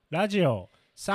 ラジオ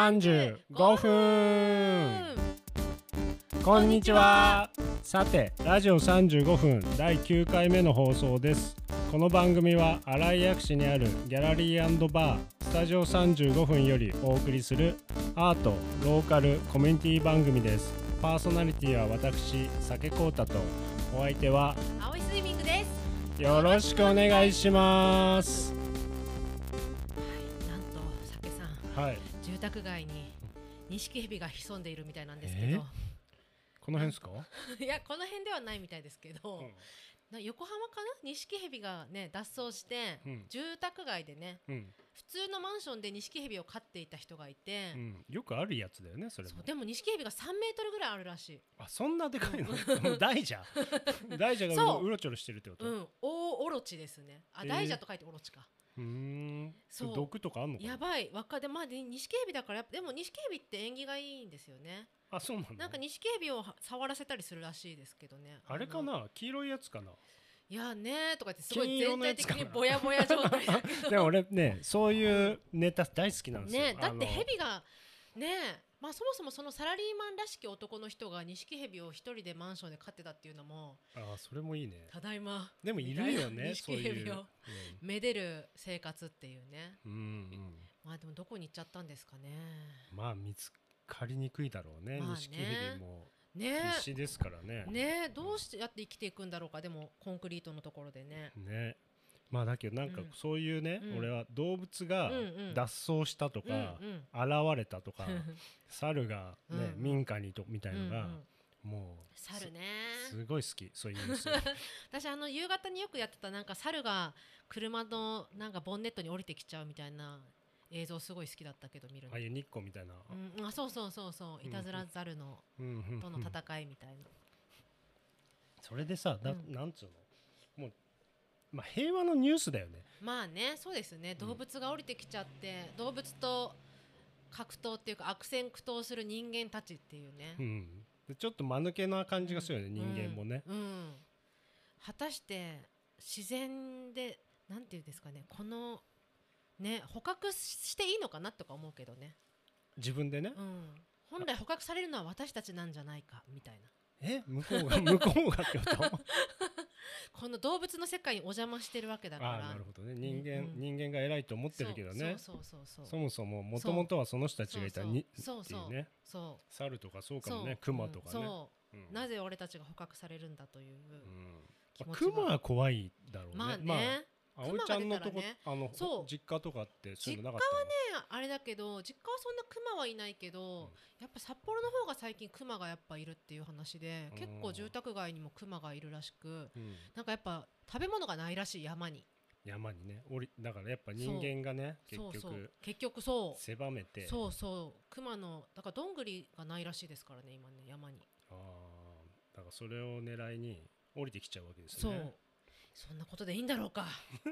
35分。こんにちは。さてラジオ35分第9回目の放送です。この番組は新井薬師にあるギャラリー&バースタジオ35分よりお送りするアートローカルコミュニティ番組です。パーソナリティは私酒コータと、お相手は青いスイミングです。 よろしくお願いします。 なんと酒さん、 はい、 住宅街に錦蛇が潜んでいるみたいなんですけど、 この辺ですか？ いやこの辺ではないみたいですけど、横浜かな、錦蛇がね脱走して、住宅街でね、普通のマンションで錦蛇を飼っていた人がいて、 よくあるやつだよねそれも。 そうでも錦蛇が3メートルぐらいあるらしい。 あ、そんなでかいの？大蛇大蛇がうろちょろしてるってこと？ 大オロチですね。大蛇と書いてオロチか。 そう、毒とかあんのかな？やばいで錦蛇だからでも錦蛇って縁起がいいんですよね。 あ、そうなの？ なんか錦蛇を触らせたりするらしいですけどね。 あれかな、黄色いやつかな。 いやねとか言ってすごい全体的にぼやぼや状態だけどでも俺ねそういうネタ大好きなんですよ、 ね。だって蛇がね、そもそもそのサラリーマンらしき男の人が錦蛇を一人でマンションで飼ってたっていうのも、 それもいいね。 ただいまでもいるよね錦蛇をめでる生活っていうね。でもどこに行っちゃったんですかね。 見つかりにくいだろうね、錦蛇も必死ですからね。どうしてやって生きていくんだろうか。でもコンクリートのところでね。 だけどなんかそういうね、俺は動物が脱走したとか、現れたとか、猿がね、民家にとみたいのが、もう猿ねすごい好き、そういうニュース。 私夕方によくやってたなんか猿が車のなんかボンネットに降りてきちゃうみたいな映像すごい好きだったけど見るの。 ああいう日光みたいな。 そういたずら猿のとの戦いみたいな。 それでさ、なんつうの、もう平和のニュースだよね。 そうですね。動物が降りてきちゃって、動物と格闘っていうか悪戦苦闘する人間たちっていうね。 でちょっと間抜けな感じがするよね、人間もね。 果たして自然でなんていうんですかね、このね捕獲していいのかなとか思うけどね。 自分でね、 本来捕獲されるのは私たちなんじゃないかみたいな。 向こうがってことこの動物の世界にお邪魔してるわけだから。 なるほどね。人間が偉いと思ってるけどね。そもそももともとはその人たちがいたっていうね。猿とかそうかもね、熊とかね。 なぜ俺たちが捕獲されるんだという気持ちが。 熊は怖いだろうね。葵ちゃんのとこ実家とかってそういうのなかったの？ 実家はねあれだけど、実家はそんな熊はいないけど、やっぱ札幌の方が最近熊がやっぱいるっていう話で、結構住宅街にも熊がいるらしく、なんかやっぱ食べ物がないらしい。山にね、だからやっぱ人間がね結局そう狭めて、 熊のだからどんぐりがないらしいですからね今ね、山に。 だからそれを狙いに降りてきちゃうわけですね。 そんなことでいいんだろうか。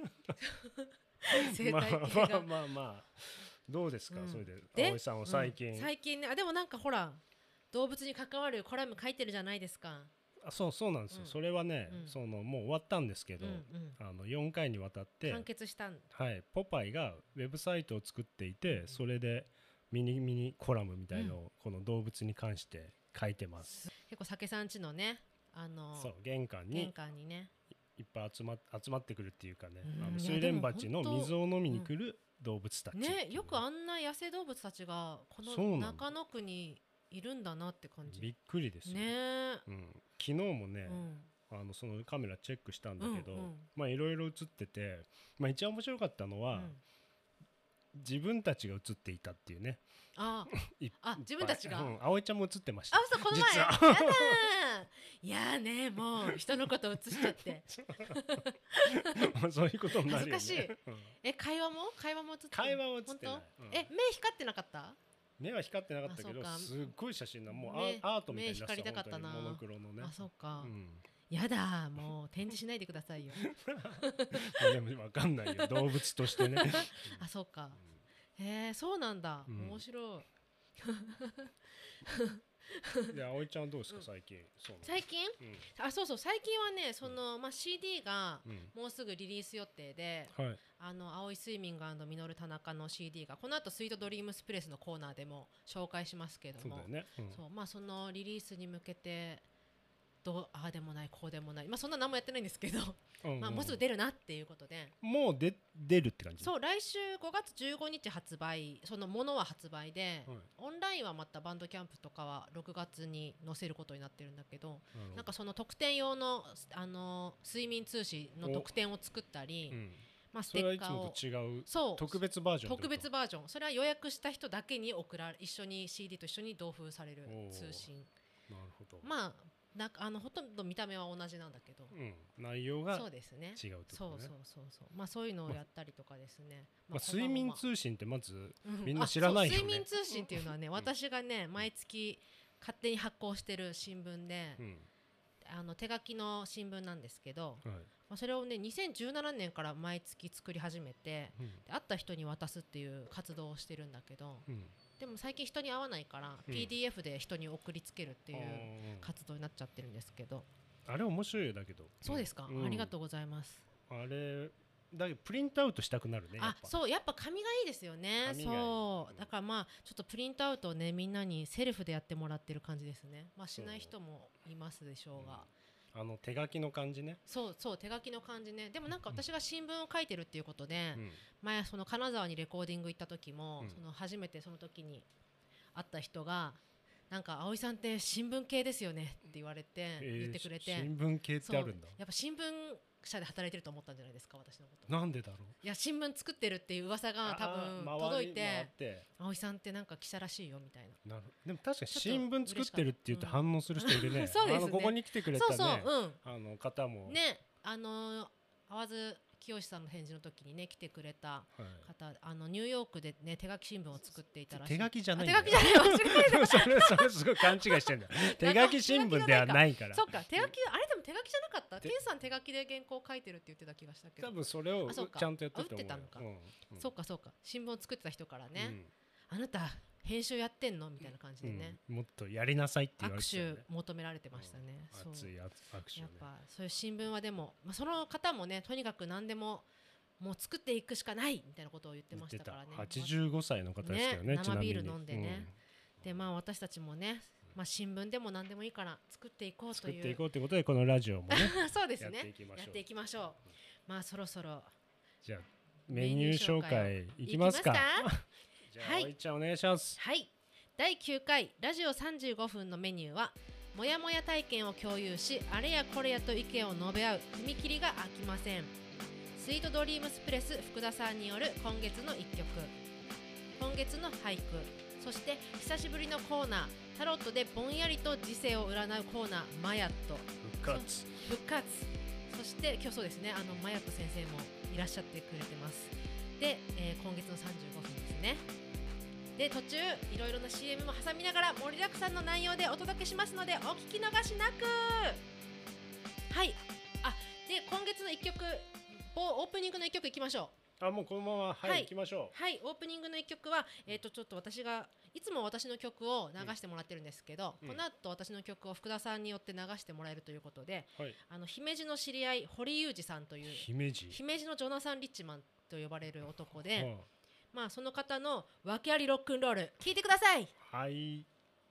どうですか、それで葵さんは最近ね。でもなんかほら動物に関わるコラム書いてるじゃないですか。 そうなんですよ。それはね、もう終わったんですけど、4回にわたって完結したポパイがウェブサイトを作っていて、それでミニコラムみたいのをこの動物に関して書いてます。 結構酒さん家のね玄関にねいっぱい集まってくるっていうかね、睡蓮鉢の水を飲みに来る動物たちね。 よくあんな野生動物たちがこの中野区にいるんだなって感じ。 びっくりですね。昨日もね、そのカメラチェックしたんだけど、いろいろ映ってて、一番面白かったのは、自分たちが映っていたっていうね。 自分たちが。 葵ちゃんも映ってました。 この前。いやね、もう人のこと映しちゃって。 そういうことになるよね。 恥ずかしい。会話も映って。 会話は映ってない。 目光ってなかった？ 目は光ってなかったけど、すっごい写真がもうアートみたいになってた。モノクロのね。 そうか。やだ、もう展示しないでくださいよ。 でも分かんないよ、動物としてね。 そうか。そうなんだ。面白い。 で葵ちゃんどうですか最近。 最近、そう最近はねCD がもうすぐリリース予定で、青いスイミング&ミノル田中の CD がこの後スイートドリームスプレスのコーナーでも紹介しますけども、そのリリースに向けてああでもないこうでもない、そんな何もやってないんですけどもうすぐ出るなっていうことで、 もう出るって感じ。 そう来週5月15日発売、そのものは発売で、オンラインはまたバンドキャンプとかは6月に載せることになってるんだけど、なんかその特典用の睡眠通信の特典を作ったり、ステッカーをそれはいつもと違う特別バージョン。 それは予約した人だけに一緒に CD と一緒に同封される通信。 なるほど。 なんかほとんど見た目は同じなんだけど、 内容が違うってことね。 そういうのをやったりとかですね。 睡眠通信ってまずみんな知らないよね。 睡眠通信っていうのはね、私がね毎月勝手に発行してる新聞で、手書きの新聞なんですけど、それをね2017年から毎月作り始めて、会った人に渡すっていう活動をしてるんだけど、でも最近人に会わないから、PDF で人に送りつけるっていう活動になっちゃってるんですけど、 あれ面白いよだけど。 そうですか、ありがとうございます。 あれだけどプリントアウトしたくなるね。 やっぱ紙がいいですよね。そうだからちょっとプリントアウトをねみんなにセルフでやってもらってる感じですね。しない人もいますでしょうが、 手書きの感じね。 そう手書きの感じね。でもなんか私が新聞を書いてるっていうことで、前その金沢にレコーディング行った時も、その初めてその時に会った人がなんか葵さんって新聞系ですよねって言われて、言ってくれて、 新聞系ってあるんだ。 やっぱ新聞社で働いてると思ったんじゃないですか、私のこと。 なんでだろう。 いや新聞作ってるっていう噂が多分届いて、葵さんってなんか記者らしいよみたいな。 でも確かに新聞作ってるって言って反応する人いるね。 そうですね。 ここに来てくれたね方もね、淡津清さんの返事の時にね来てくれた方、ニューヨークでね手書き新聞を作っていたらしい。 手書きじゃない。 手書きじゃない。 それすごい勘違いしてんだ。手書き新聞ではないから。 そっか、手書きあれでも手書きじゃなかった。ケンさん手書きで原稿書いてるって言ってた気がしたけど。 多分それをちゃんとやってたのか。 そうか新聞を作ってた人からね、あなた編集やってんのみたいな感じでね、 もっとやりなさいって言われて握手求められてましたね。 熱い握手。 やっぱそういう新聞はでもその方もねとにかく何でももう作っていくしかないみたいなことを言ってましたからね。 85歳の方ですけどね。 生ビール飲んでね。で私たちもね、新聞でも何でもいいから作っていこうということでこのラジオもねそうですね、やっていきましょう。そろそろじゃあメニュー紹介いきますか。じゃあ葵ちゃんお願いします。 はい、第9回ラジオ35分のメニューはもやもや体験を共有し、あれやこれやと意見を述べ合う踏切が飽きません。スイートドリームスプレス福田さんによる今月の1曲、今月の俳句、そして久しぶりのコーナータロットでぼんやりと時世を占うコーナーマヤット復活、 そして今日そうですね、マヤット先生もいらっしゃってくれてます。で、今月の35分ですね。で途中いろいろな CM も挟みながら盛りだくさんの内容でお届けしますのでお聞き逃しなく。はい、で今月の1曲、オープニングの1曲いきましょう。 もうこのまま行きましょう。 はい、オープニングの1曲はちょっと私がいつも私の曲を流してもらってるんですけど、この後私の曲を福田さんによって流してもらえるということで、姫路の知り合い堀裕二さんという姫路のジョナサン・リッチマンと呼ばれる男で、その方の訳ありロックンロール聴いてください。 はい。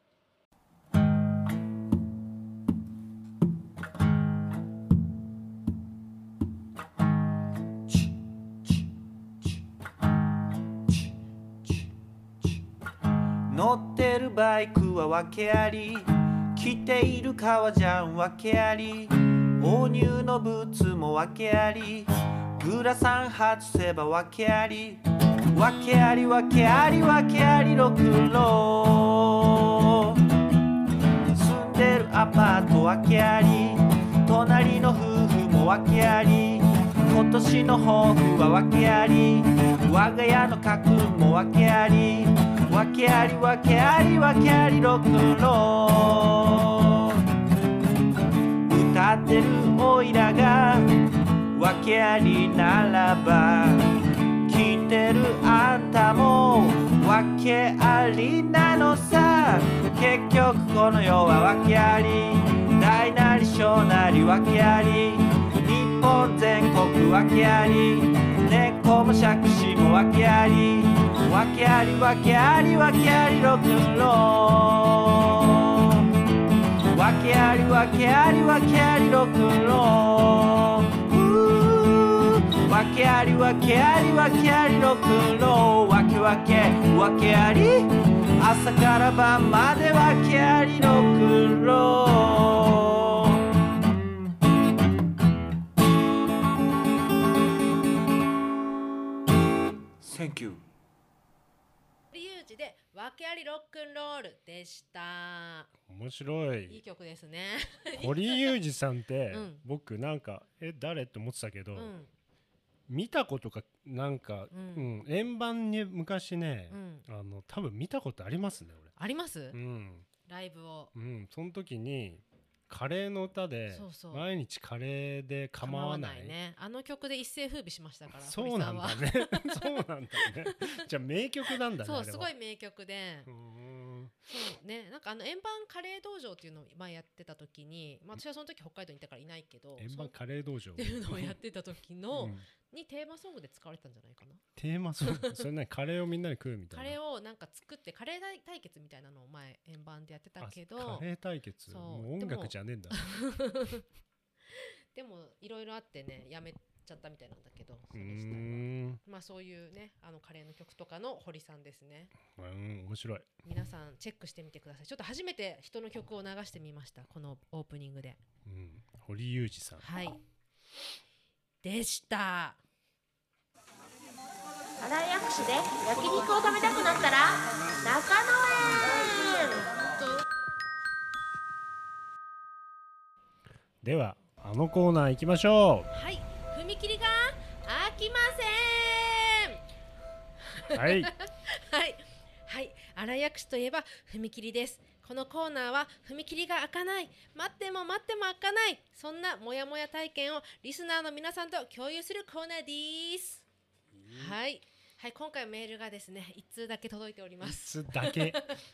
乗ってるバイクは訳あり、着ている革ジャン訳あり、購入のブーツも訳あり、グラサン外せば訳あり、訳あり訳あり訳ありロックンロール、住んでるアパート訳あり、隣の夫婦も訳あり、今年の抱負は訳あり、我が家の家訓も訳あり、訳あり訳あり訳ありロックンロール、歌ってるおいらが訳ありならば、聞いてるあんたも訳ありなのさ。結局この世は訳あり、大なり小なり訳あり、日本全国訳あり、根っこも杓子も訳あり、訳あり訳あり訳ありロックンロール、訳あり訳あり訳ありロックンロール、訳あり訳あり訳ありロックンロール、訳訳あり、朝から晩まで訳ありロックンロール。Thank you。 堀裕二で訳ありロックンロールでした。 面白いいい。 曲ですね。 堀裕二さんってうん僕なんか誰って思ってたけど、 うん見たことかなんか、 うん円盤に昔ね、 うん多分見たことありますねあります俺。 ライブを。 その時にカレーの歌でそうそう毎日カレーで構わないね。あの曲で一世風靡しましたからそうなんだねそうなんだねじゃあ名曲なんだね。 そうあれはすごい名曲で、 うんそうね、なんか円盤カレー道場っていうのを前やってた時に、まあ、私はその時北海道にいたからいないけど、 円盤カレー道場っていうのをやってた時の、 うんにテーマソングで使われてたんじゃないかな。 テーマソングそれねカレーをみんなで食うみたいな。 カレーをなんか作ってカレー対決みたいなのを前円盤でやってたけど、 カレー対決そうもう音楽じゃねえんだ。 でもいろいろあってねやめちゃったみたいなんだけど、それう自体はんまあそういうねカレーの曲とかの堀さんですね。 面白い。 皆さんチェックしてみてください。ちょっと初めて人の曲を流してみました、このオープニングで。 堀裕二さん。 はいでした。 新井薬師で焼肉を食べたくなったら中野園。 ではあのコーナー行きましょはい、踏切が開きません。 う。はいはいはい新井薬師といえば踏切です。このコーナーは踏切が開かない、待っても待っても開かない、そんなモヤモヤ体験をリスナーの皆さんと共有するコーナーです。はいはい、今回メールがですね1通だけ届いております。 いつだけ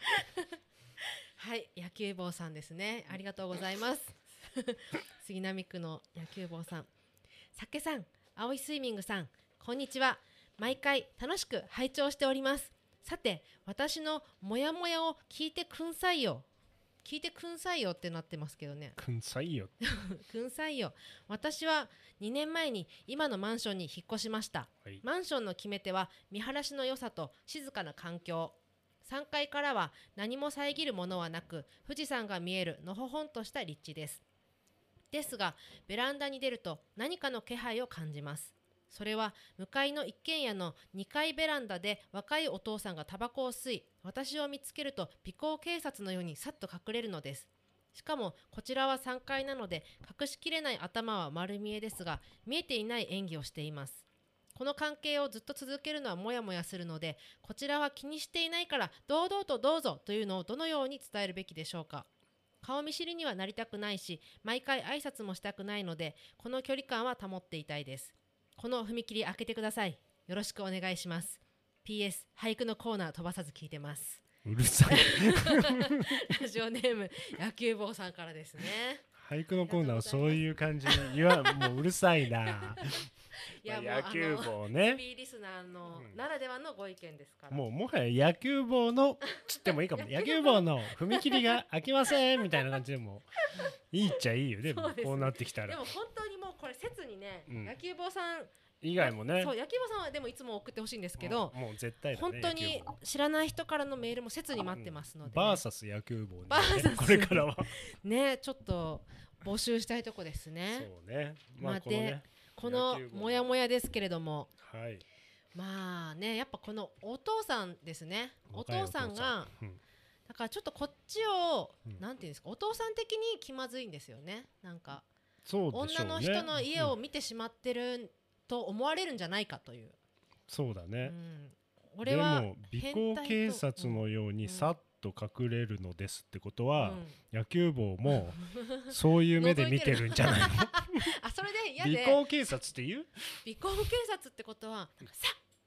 はい野球坊さんですね、ありがとうございます杉並区の野球坊さん、さけさん、青いスイミングさん、こんにちは。毎回楽しく拝聴しております。さて私のモヤモヤを聞いてくんさいよ、聞いてくんさいよってなってますけどねくんさいよ。 くんさいよ。私は2年前に今のマンションに引っ越しました、 はい、 マンションの決め手は見晴らしの良さと静かな環境。3階からは何も遮るものはなく富士山が見えるのほほんとした立地です。ですがベランダに出ると何かの気配を感じます。それは向かいの一軒家の2階ベランダで若いお父さんがタバコを吸い、私を見つけると尾行警察のようにさっと隠れるのです。しかもこちらは3階なので隠しきれない頭は丸見えですが、見えていない演技をしています。この関係をずっと続けるのはモヤモヤするので、こちらは気にしていないから堂々とどうぞというのをどのように伝えるべきでしょうか。顔見知りにはなりたくないし、毎回挨拶もしたくないので、この距離感は保っていたいです。この踏切開けてください。よろしくお願いします。 PS 俳句のコーナー飛ばさず聞いてます。 うるさいラジオネーム野球坊さんからですね。 俳句のコーナーはそういう感じに言わもううるさいないや、 野球帽ヘねビーリスナーのならではのご意見ですから、 もはや野球帽のつってもいいかも野球帽の踏切が開きませんみたいな感じでもいいっちゃいいよね。 そうですねこうなってきたらでも本当にもうこれ切にね、 うん野球坊さん以外もね、 そう野球坊さんはでもいつも送ってほしいんですけど、 もう絶対だね、 本当に知らない人からのメールも切に待ってますので、 バーサス野球帽ねバーサスこれからはね、ちょっと募集したいとこですね。 そうね、 まあこのねこの野球帽モヤモヤですけれども、 はい、 まあね、やっぱこのお父さんですね。お若い父さんがうんだからちょっとこっちを、 うんなんていうんですか、お父さん的に気まずいんですよね。なんかそうでしょうね、 女の人の家うんを見てしまってると思われるんじゃないかという、 そうだね、 俺はでも尾行警察のようにさっと隠れるのですってことは、野球帽もそういう目で見てるんじゃないのあ、それで嫌で尾行警察って言う尾行警察ってことはなんかさっ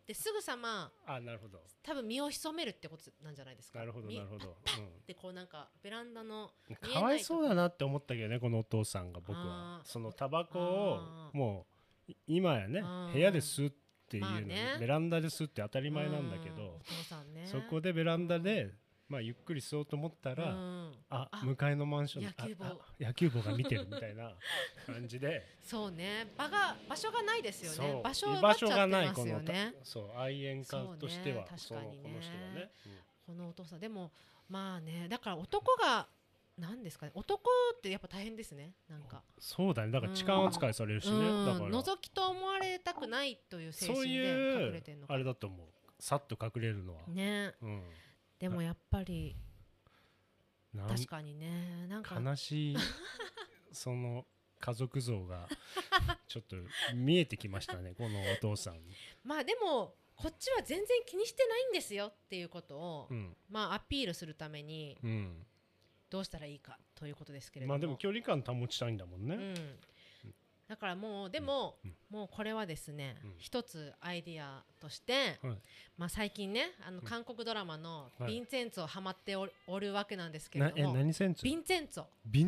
ってすぐさまあ、なるほど。 多分身を潜めるってことなんじゃないですか。 なるほどなるほど。 でこうなんかベランダのかわいそうだなって思ったけどね、このお父さんが。僕はそのタバコをもう今やね部屋で吸うっていうのに、ベランダで吸うって当たり前なんだけど、 お父さんね、 そこでベランダでゆっくり吸おうと思ったら、向かいのマンション野球部が見てるみたいな感じでそうね、場所がないですよね。場所居場所がない、このそう愛煙家としては、 確かにね、 この人はね、 このお父さんでもまあね、だから男がなんですかね、男ってやっぱ大変ですね。なんかそうだね、だから痴漢扱いされるしね、だから覗きと思われたくないという精神で隠れてるのか、 あれだと思う、さっと隠れるのはね。でもやっぱり確かにね、なんか悲しいその家族像がちょっと見えてきましたねこのお父さん。 まあでもこっちは全然気にしてないんですよっていうことを、アピールするためにどうしたらいいかということですけれども、 でも距離感保ちたいんだもんね。 だからもうでも、もうこれはですね、一つアイディアとして、最近ね韓国ドラマのヴィンチェンツォハマっておるわけなんですけれども、 何センツ？ ヴィンチェンツォ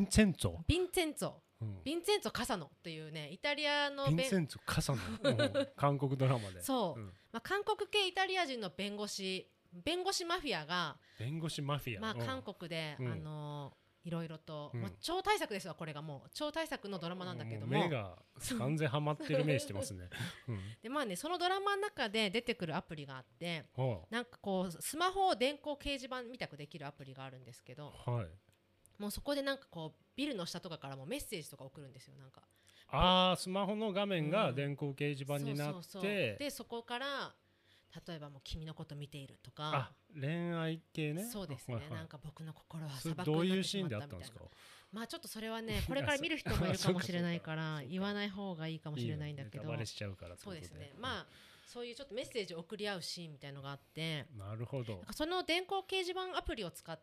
カサノっていうね、イタリアのヴィンチェンツォカサノ韓国ドラマで、 そう、韓国系イタリア人の弁護士マフィアが韓国でいろいろと、超大作ですわ。これがもう超大作のドラマなんだけども、 目が完全ハマってる目してますね。 でそのドラマの中で出てくるアプリがあって、なんかこうスマホを電光掲示板みたくできるアプリがあるんですけど、もうそこでなんかこうビルの下とかからもメッセージとか送るんですよ。なんかスマホの画面が電光掲示板になって、 でそこから例えばもう君のこと見ているとか、 恋愛系ね。 そうですね、なんか僕の心は砂漠どうにないうシーンでってしまったみたいな。 あったんですか？ ちょっとそれはねこれから見る人もいるかもしれないから言わない方がいいかもしれないんだけど、 ネタバレしちゃうから。 そうですね、そういうちょっとメッセージを送り合うシーンみたいのがあって、 なるほど。 その電光掲示板アプリを使って、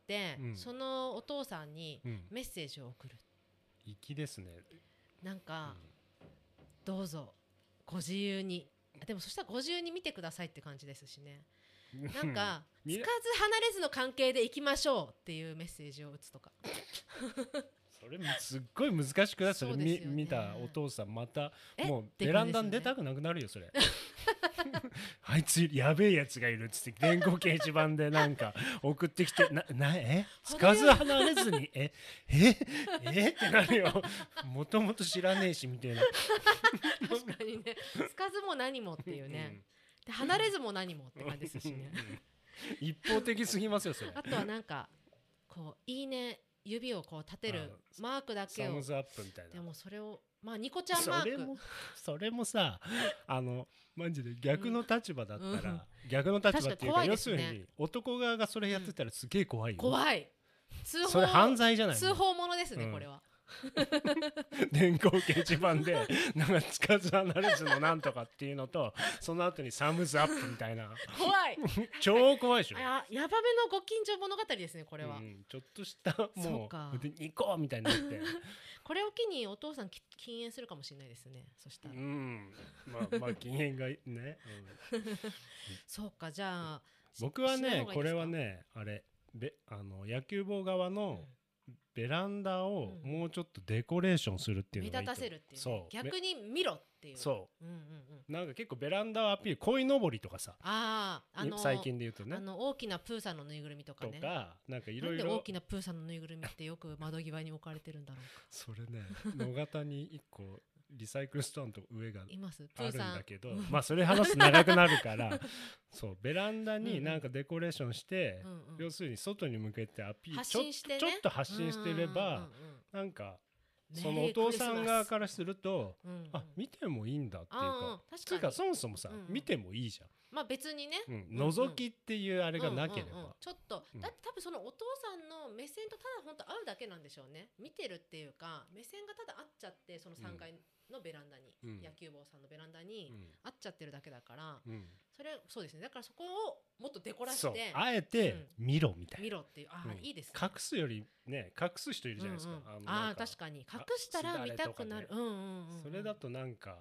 そのお父さんにメッセージを送る。 粋ですね。 なんか、どうぞご自由に、でもそしたらご自由に見てくださいって感じですしね。なんかつかず離れずの関係でいきましょうっていうメッセージを打つとかそれすっごい難しくない？それ見たお父さんまたもうベランダに出たくなくなるよそれ。あいつやべえやつがいるっつって電光掲示板でなんか送ってきてつかず離れずにってなるよ。もともと知らねえしみたいな。 確かにね、つかずも何もっていうね、で離れずも何もって感じですしね。 一方的すぎますよそれ。 あとはなんかこういいね指をこう立てるマークだけを、 サムズアップみたいな。 でもそれをニコちゃんマーク、 それもさマジで逆の立場だったら、逆の立場っていうか要するに男側がそれやってたらすげえ怖いよ。 怖い。 それ犯罪じゃない？ 通報ものですねこれは。 電光掲示板でなんかつかず離れずのなんとかっていうのとその後にサムズアップみたいな。 怖い。 超怖いでしょ。 ヤバめのご近所物語ですねこれは。 ちょっとしたもう行こうみたいになってこれを機にお父さん禁煙するかもしれないですね。そしたら禁煙がね。 そうか、じゃあ僕はねこれはね野球帽側のベランダをもうちょっとデコレーションするっていうのがいいと。 目立たせるっていう、逆に見ろっていう。 なんか結構ベランダをアピール、鯉のぼりとかさ、最近で言うとね、 大きなプーさんのぬいぐるみとかね、 とかなんかいろいろ。 なんで大きなプーさんのぬいぐるみってよく窓際に置かれてるんだろうか。 それね野方に1個リサイクルストアの上があるんだけど、それ話す長くなるからそうベランダになんかデコレーションして、要するに外に向けてアピールちょっと発信してれば、なんかそのお父さん側からすると、見てもいいんだっていうか、っていうかそもそもさ、見てもいいじゃん。 別にね、 覗きっていうあれがなければ、 ちょっとだって多分そのお父さんの目線とただ本当合うだけなんでしょうね。見てるっていうか目線がただ合っちゃって、その3階のベランダに、野球帽さんのベランダに合っちゃってるだけだから、それそうですね。だからそこをもっとデコらして、 あえて見ろみたいな、 見ろっていう、いいですね。 隠すよりね、隠す人いるじゃないですか。 確かに隠したら見たくなる。 それだとなんか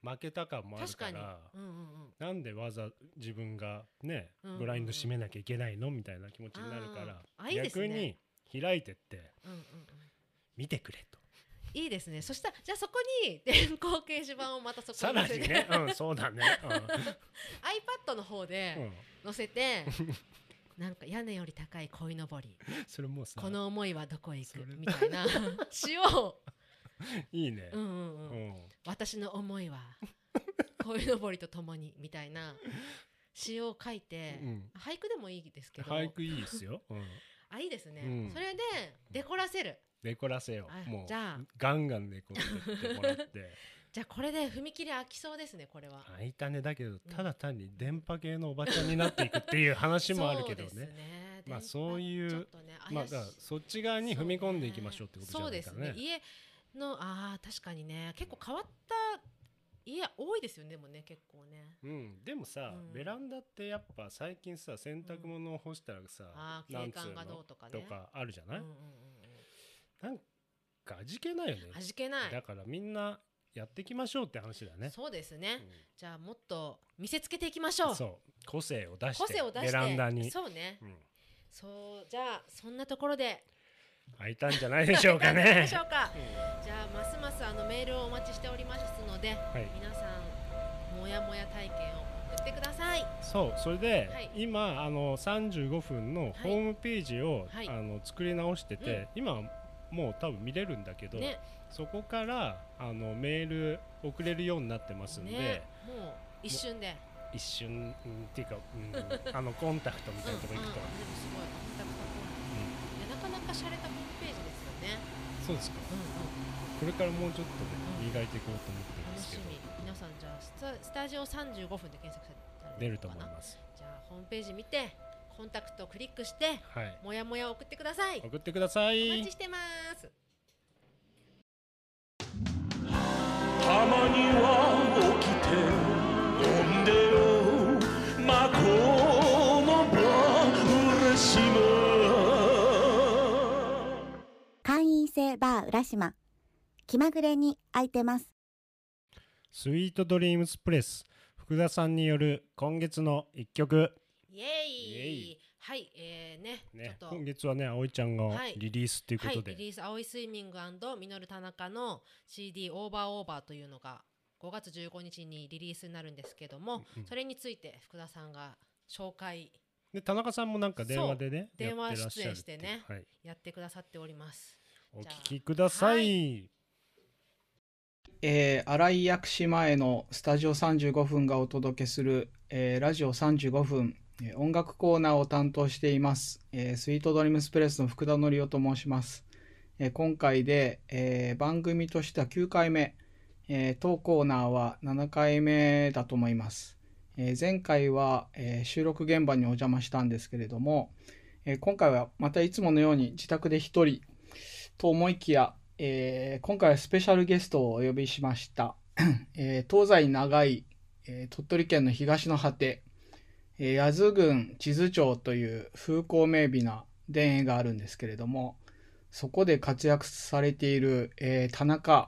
負けた感もあるから、 確かに、 なんでわざ自分がね、 うんブラインド閉めなきゃいけないのみたいな気持ちになるからいいですね、 逆に開いてってうんうんうん、 見てくれと。 いいですね。そしたらじゃあそこに電光掲示板をまたそこさに載せて、 らにね、そうだね、 iPad の方で載せて、なんか屋根より高い鯉のぼり、 それもうさ、 この思いはどこへ行くそれみたいな詩を、 いいね、 私の思いは鯉のぼりとともにみたいな詩を書いて、俳句でもいいですけど、 俳句いいですよ、 いいですね、それでデコらせる、 デコらせよう、もうじゃあガンガンデコってもらってじゃあこれで踏切開きそうですね。これは開いたね。だけどただ単に電波系のおばちゃんになっていくっていう話もあるけどそうですね、 まあそういう、まあだからそっち側に踏み込んでいきましょうってことじゃないかね。 そうですね、家の確かにね、結構変わった家多いですよね。でもね、結構ね、 でもさ、ベランダってやっぱ最近さ、洗濯物を干したらさ、 景観がどうとかねとかあるじゃない、なんか味気ないよね。 味気ない。 だからみんなやっていきましょうって話だね。 そうですね、じゃあもっと見せつけていきましょう。 そう、個性を出してベランダに。 そうね、そうじゃあそんなところで開いたんじゃないでしょうかねじゃあますますメールをお待ちしておりますので、皆さんもやもや体験を送ってください。 それで、今35分のホームページを、作り直してて、今もう多分見れるんだけど、そこからメール送れるようになってますんで、 もう一瞬っていうか、コンタクトみたいなところ行くと、 でもすごいコンタクトなかなか洒落たホームページですよね。 そうですか、これからもうちょっとね、磨いていこうと思ってるんですけど、 楽しみ。皆さんじゃあスタジオ35分で検索され出ると思います。 じゃあホームページ見てコンタクトをクリックして、もやもや送ってください。 送ってください。 お待ちしてます。 たまには起きて飲んでよマコのバー浦島。 会員制バー浦島、気まぐれに空いてます。 スイートドリームスプレス、福田さんによる今月の一曲。 イエイ。はい、ちょっと今月はね、葵ちゃんがリリースということで、 リリース、葵スイミング&ミノル田中の CD オーバーオーバーというのが5月15日にリリースになるんですけども、それについて福田さんが紹介で、田中さんもなんか電話でね、 電話出演してね、やってくださっております。 お聞きください。 新井薬師前のスタジオ35分がお届けする、ラジオ35分、音楽コーナーを担当しています、スイートドリームスプレスの福田則夫と申します。今回で、番組としては9回目、当コーナーは7回目だと思います。前回は、収録現場にお邪魔したんですけれども、今回はまたいつものように自宅で一人と思いきや、今回はスペシャルゲストをお呼びしました。東西長い、鳥取県の東の果て、八頭郡智頭町という風光明媚な田園があるんですけれども、そこで活躍されている、田中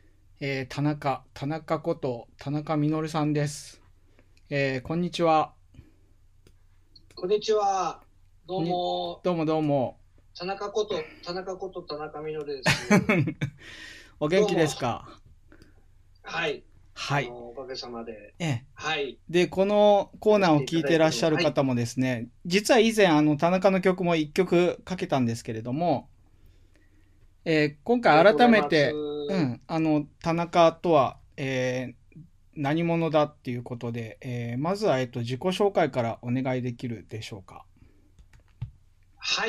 こと田中実さんです。こんにちは。 こんにちは。どうも。 どうも。 田中こと田中実です。 お元気ですか？ はい。 はい。 おかげさまで。 はい。で、このコーナーを聞いてらっしゃる方もですね、実は以前田中の曲も1曲かけたんですけれども、今回改めて、田中とは、何者だっていうことで、まずは自己紹介からお願いできるでしょうか。 はい。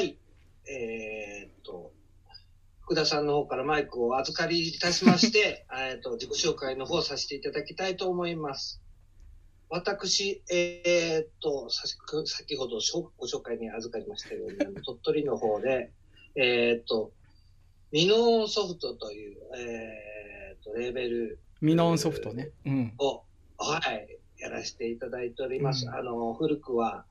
福田さんの方からマイクをお預かりいたしまして、自己紹介の方をさせていただきたいと思います。私、先ほどご紹介に預かりましたように、鳥取の方で、ミノンソフトという、レーベル。 ミノンソフトね。 を、やらせていただいております。古くは、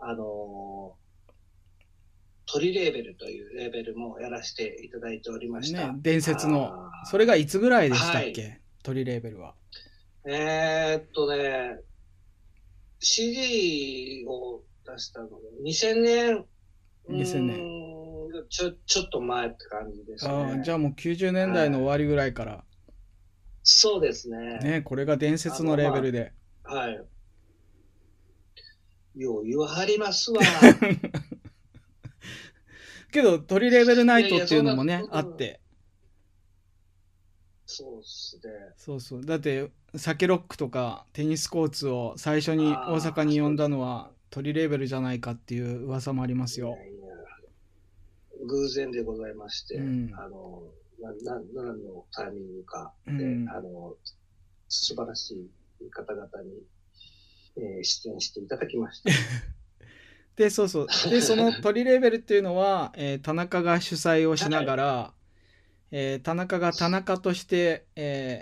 鳥レーベルというレーベルもやらせていただいておりました。 伝説の。それがいつぐらいでしたっけ？鳥レーベルは。 CD を出したので、2000年、 2000年。 ちょっと前って感じですね。 じゃあもう90年代の終わりぐらいから。 そうですね。 ね、これが伝説のレベルで。 はい。よう言わはりますわ。 けど、トリレベルナイトっていうのもね、あって。 そうっすね。 そうそう。だって、サケロックとかテニスコーツを最初に大阪に呼んだのはトリレベルじゃないかっていう噂もありますよ。 偶然でございまして、何のタイミングかで、素晴らしい方々に、出演していただきました。 で、そうそう。で、そのトリレベルっていうのは、田中が主催をしながら、田中が田中として、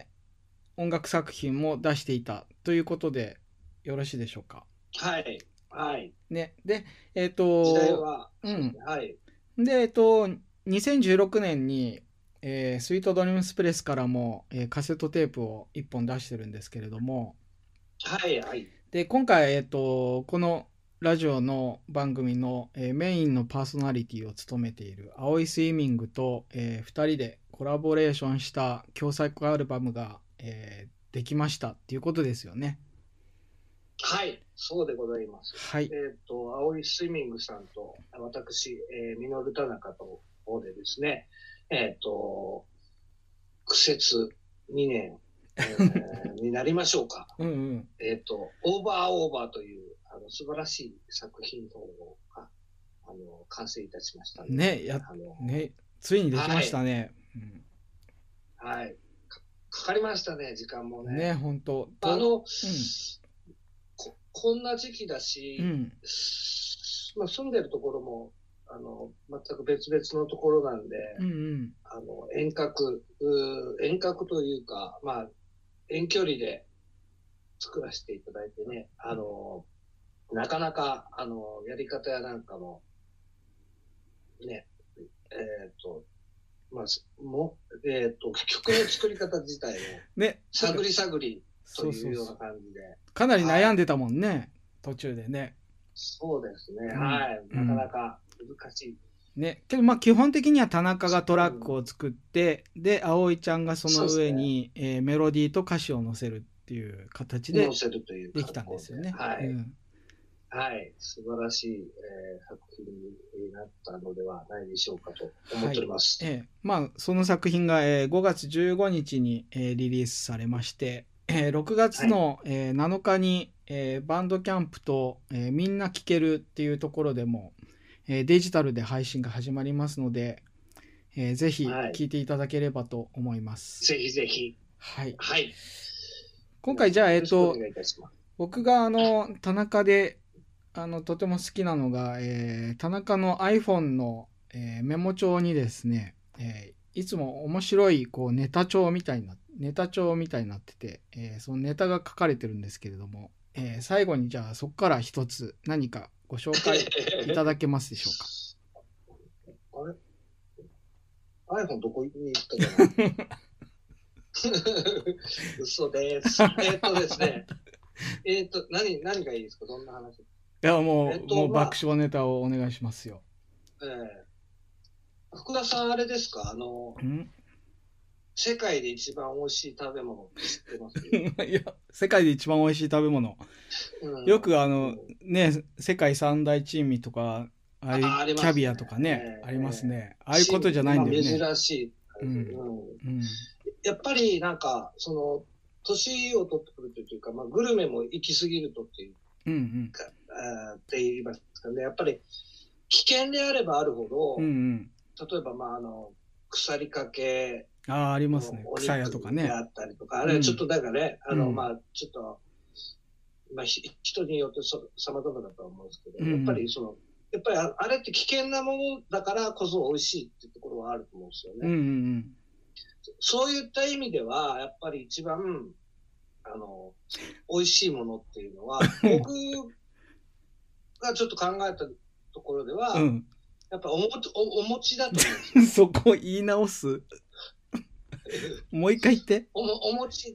音楽作品も出していたということでよろしいでしょうか。 はい。はい。 ね。で、 時代は、はい。 で、2016年に、スイートドリームスプレスからも、カセットテープを1本出してるんですけれども、 はいはい。 で、今回、このラジオの番組の、メインのパーソナリティを務めている青いスイミングと、2人でコラボレーションした共作アルバムが、できましたっていうことですよね。 はい、そうでございます。 はい。 青いスイミングさんと私、ミノル田中とでですね、苦節2年、になりましょうか。 うんうん。 オーバーという素晴らしい作品が完成いたしましたね。ね、ついにできましたね。 はい。かかりましたね、時間もね。 ね、本当。 こんな時期だし、まあ、住んでるところも全く別々のところなんで、遠隔というか、まあ、遠距離で作らせていただいてね、なかなかやり方やなんかもね、まあ、曲の作り方自体をね、探りというような感じで。 かなり悩んでたもんね、途中でね。 そうですね、はい。なかなか難しい。 ね、けどまあ基本的には田中がトラックを作って、で、葵ちゃんがその上に、メロディーと歌詞を載せるっていう形でできたんですよね。 はい。はい。素晴らしい、作品になったのではないでしょうかと思っております。 まあ、その作品が、5月15日に、リリースされまして、6月の、7日に、バンドキャンプと、みんな聴けるっていうところでも、デジタルで配信が始まりますので、ぜひ聴いていただければと思います。 ぜひぜひ。 はい。 はい。 今回じゃあ、僕が田中で、とても好きなのが、田中の iPhone の、メモ帳にですね、いつも面白いこうネタ帳みたいになってて、そのネタが書かれてるんですけれども、最後にじゃあそこから一つ何かご紹介いただけますでしょうか。 あれ ?iPhone どこに行ったかな嘘です。ですね。何がいいですか？どんな話？ いや、もう爆笑ネタをお願いしますよ。 福田さん、あれですか？世界で一番美味しい食べ物って知ってます？ いや、世界で一番美味しい食べ物。よくね、世界三大珍味とか、ああいうキャビアとかね、ありますね。ああいうことじゃないんだよね。 珍しい。やっぱりなんか、年を取ってくるというか、まあ、グルメも行き過ぎるとっていう、って言いますかね。やっぱり、危険であればあるほど、例えば、まあ、腐りかけ、 ありますね。草屋とかね。 あったりとか、あれちょっとだからね、まあ、ちょっと、まあ、人によって様々だと思うんですけど、やっぱりあれって危険なものだからこそ美味しいっていうところはあると思うんですよね。そういった意味では、やっぱり一番、美味しいものっていうのは、僕がちょっと考えたところでは、やっぱお餅だと思うんですよ。 そこ言い直す。 もう一回言って。 お餅。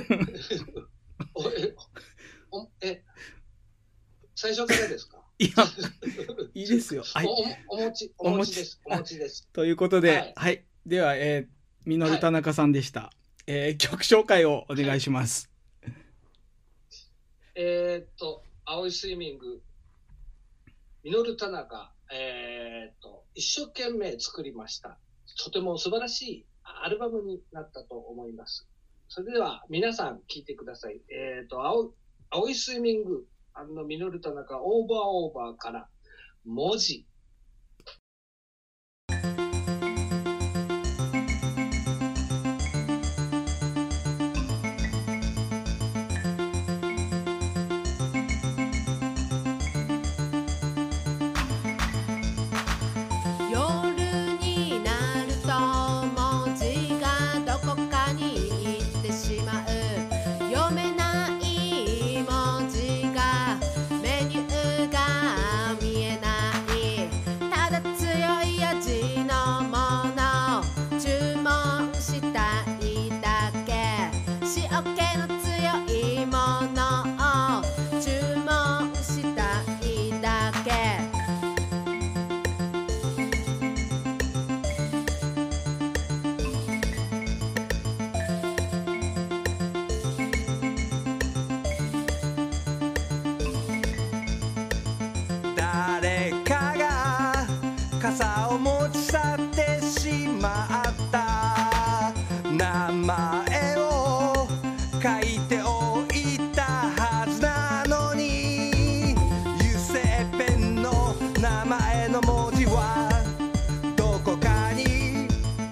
最初からですか？ いや、いいですよ。はい。 お餅です。お餅です。 ということで、はい。では、ミノル田中さんでした。曲紹介をお願いします。 青いスイミング、ミノル田中、一生懸命作りました。とても素晴らしいアルバムになったと思います。それでは皆さん聴いてください。青いスイミング、ミノル田中オーバーオーバーから文字。 傘を持ち去ってしまった名前を書いておいたはずなのに油性ペンの名前の文字はどこかに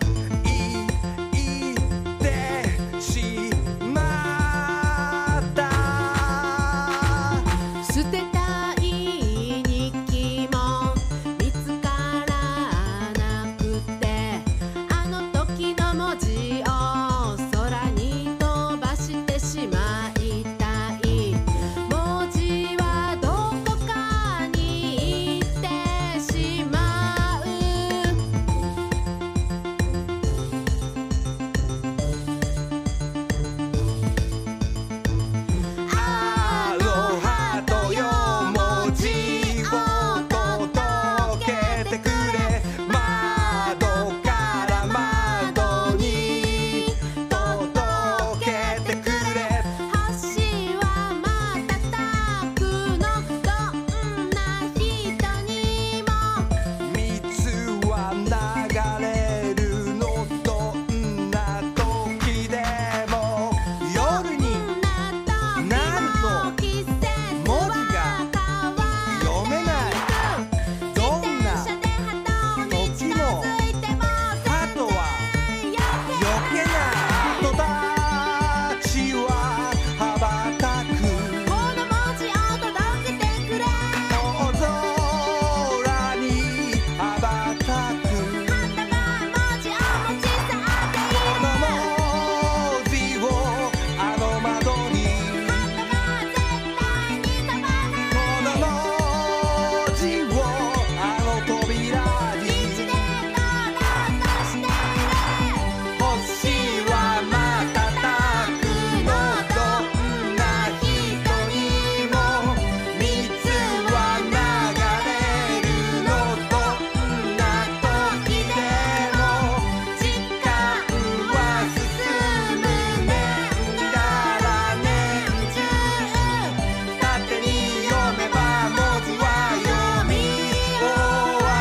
いってしまった捨てたい日記も見つからなくてあの時の文字を空に飛ばしてしまいたい文字はどこかに行ってしまうアロハとよ文字を届けてくれ窓から窓に届けてくれ星は瞬くのどんな人にも水は流れるのどんな時でも夜になると季節文字が読めないどんな時も鳩は避けない人たちは羽ばたくこの文字を届けてくれ大空に羽ばたくあんたが文字を持ち去っているこの文字をあの窓にあんたが絶対に飛ばないこの文字をあの扉に道で取ろうとしている星は瞬くのどんな人にも水は流れるのどんな時でも時間は進む年がら年中縦に読めば文字は読み終わ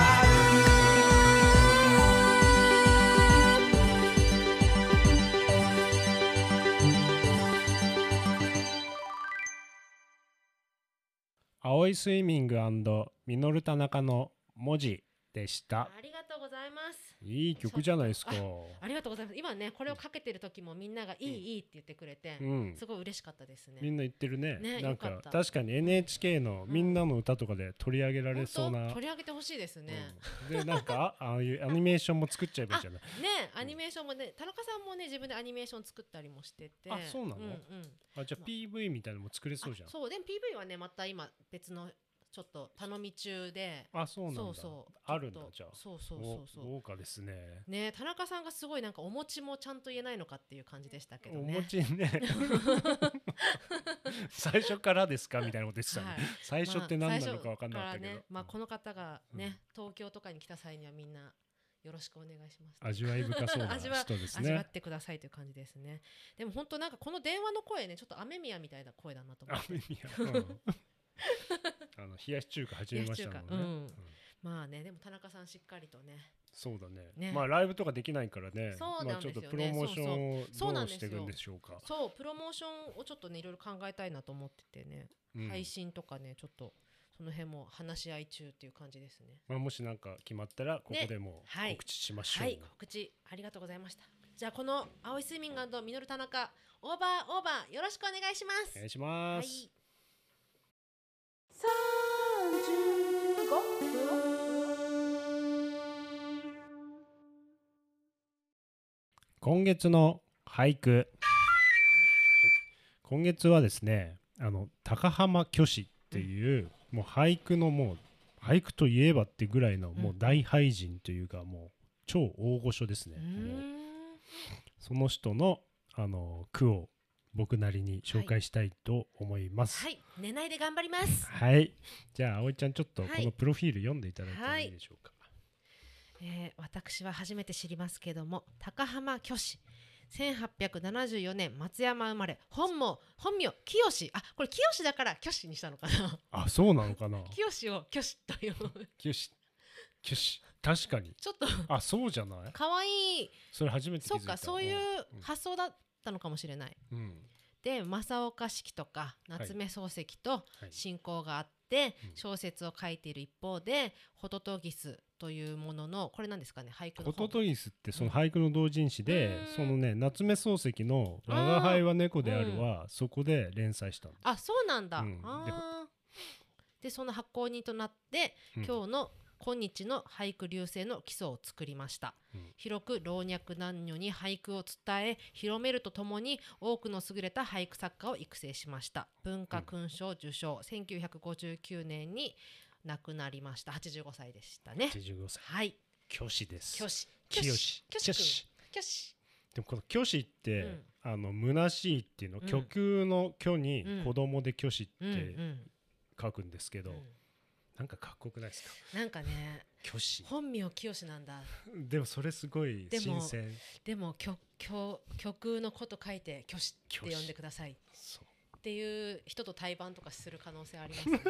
青いスイミング&ミノル田中の文字でした。 ありがとうございますいい曲じゃないですか。 ありがとうございます今ねこれをかけてる時もみんながいいって言ってくれてうんすごい嬉しかったですねみんな言ってるね。 ねなんかよかった確かに NHK のみんなの歌とかで取り上げられそうな。 本当取り上げてほしいですねでなんかああいうアニメーションも作っちゃえばいいじゃない。 ねアニメーションもね田中さんもね自分でアニメーション作ったりもしててあそうなのうんうんあじゃあ PV みたいなのも作れそうじゃん。 そうで PV はねまた今別のちょっと頼み中で。 あ、そうなんだ。 そうそうあるんだ。 ちょっとじゃあそう豪華ですね。 ね、田中さんがすごいなんかお餅もちゃんと言えないのかっていう感じでしたけどおね。 餅ね最初からですかみたいなこと言ってたね、 はい最初って何なのか分かんなかったけど、 まあ最初からね、まあ、この方がね、東京とかに来た際にはみんなよろしくお願いします。 味わい深そうな人ですね。 味わってくださいという感じですね。でも本当なんかこの電話の声ね、ちょっと雨宮みたいな声だなと思って。 雨宮、冷やし中華始めましたもんね。 まあね、でも田中さんしっかりとね。 そうだね。まあライブとかできないからね。 そうなんですよね。 ちょっとプロモーションをどうしていくんでしょうか。 そうプロモーションをちょっとねいろいろ考えたいなと思っててね、配信とかねちょっとその辺も話し合い中っていう感じですね。 まあもしなんか決まったらここでも告知しましょう。 はい、告知ありがとうございました。じゃあこの青いスイミング&ミノル田中オーバーよろしくお願いします。 お願いします。 はい。 35分。 今月の俳句、今月はですね、高浜虚子っていう、もう俳句のもう俳句といえばってぐらいのもう大俳人というか、もう超大御所ですね。その人の句を僕なりに紹介したいと思います。 はい、寝ないで頑張ります。 はい、じゃあ葵ちゃんちょっとこのプロフィール読んでいただいてもいいでしょうか。 私は初めて知りますけども、高浜虚子、1874年松山生まれ、本名清。あ、これ清だから虚子にしたのかな。 あ、そうなのかな。 清を虚子という虚子確かにちょっとあ、そうじゃない。 かわいい。 それ初めて気づいた。 そうか、そういう発想だったのかもしれない。で、正岡子規とか夏目漱石と親交があって、小説を書いている一方で、ホトトギスというものの、これなんですかね、俳句のホトトギスってその俳句の同人誌で、そのね、夏目漱石の我が輩は猫であるは、そこで連載したんです。 あ、そうなんだ。で、その発行人となって、今日の俳句流星の基礎を作りました。広く老若男女に俳句を伝え広めるとともに、多くの優れた俳句作家を育成しました。文化勲章受章、1959年に亡くなりました。85歳でしたね。 85歳。 はい。 虚子です。 虚子。 でもこの虚子って、虚しいっていうの、虚空の虚に子供で虚子って書くんですけど、なんかかっこよくないですか。 なんかね、 虚子。 本名清なんだ。 でもそれすごい新鮮。 でも虚空のこと書いて虚子って呼んでくださいっていう人と対バンとかする可能性ありますね。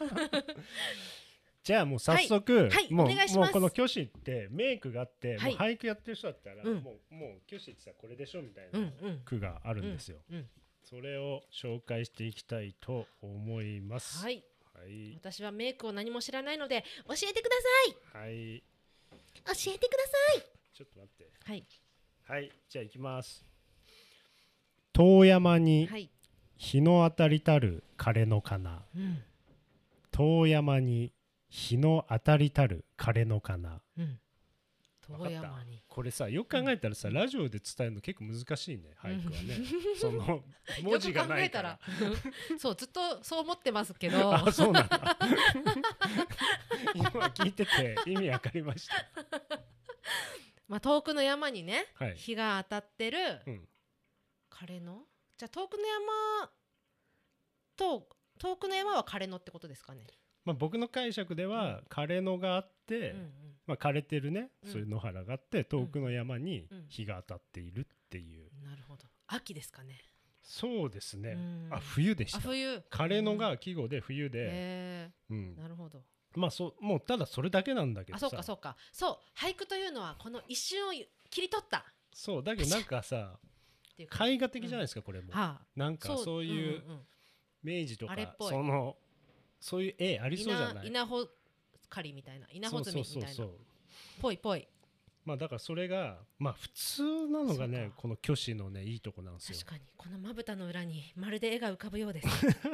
じゃあもう早速、もうこの虚子ってメイクがあって、もう俳句やってる人だったら、もう虚子ってさこれでしょみたいな句があるんですよ。それを紹介していきたいと思います。 はい。私はメイクを何も知らないので教えてください。 はい。 教えてください。 ちょっと待って。 はい。 はい、じゃあ行きます。遠山に日の当たりたる枯れのかな。遠山に日の当たりたる枯れのかな。 遠山に。 これさ、よく考えたらさ、ラジオで伝えるの結構難しいね、俳句はね。その文字がないから。 そう、ずっとそう思ってますけど。 あ、そうなんだ。今聞いてて意味わかりました。 まあ遠くの山にね、日が当たってる枯れ野。じゃあ遠くの山は枯れ野ってことですかね。 まあ僕の解釈では枯れ野があって、まあ枯れてるね、そういう野原があって、遠くの山に日が当たっているっていう。 なるほど。秋ですかね。 そうですね。あ、冬でした。 冬。 枯れ野が季語で冬で。 なるほど。 まあもうただそれだけなんだけどさ。 あ、そうか。そう、俳句というのはこの一瞬を切り取った。 そうだけどなんかさ、絵画的じゃないですかこれも。なんかそういう明治とかそういう絵ありそうじゃない。 稲穂刈りみたいな、稲穂積みみたいな。ぽい。 まあだからそれがまあ普通なのがね、この虚子のねいいとこなんですよ。 確かにこのまぶたの裏にまるで絵が浮かぶようです。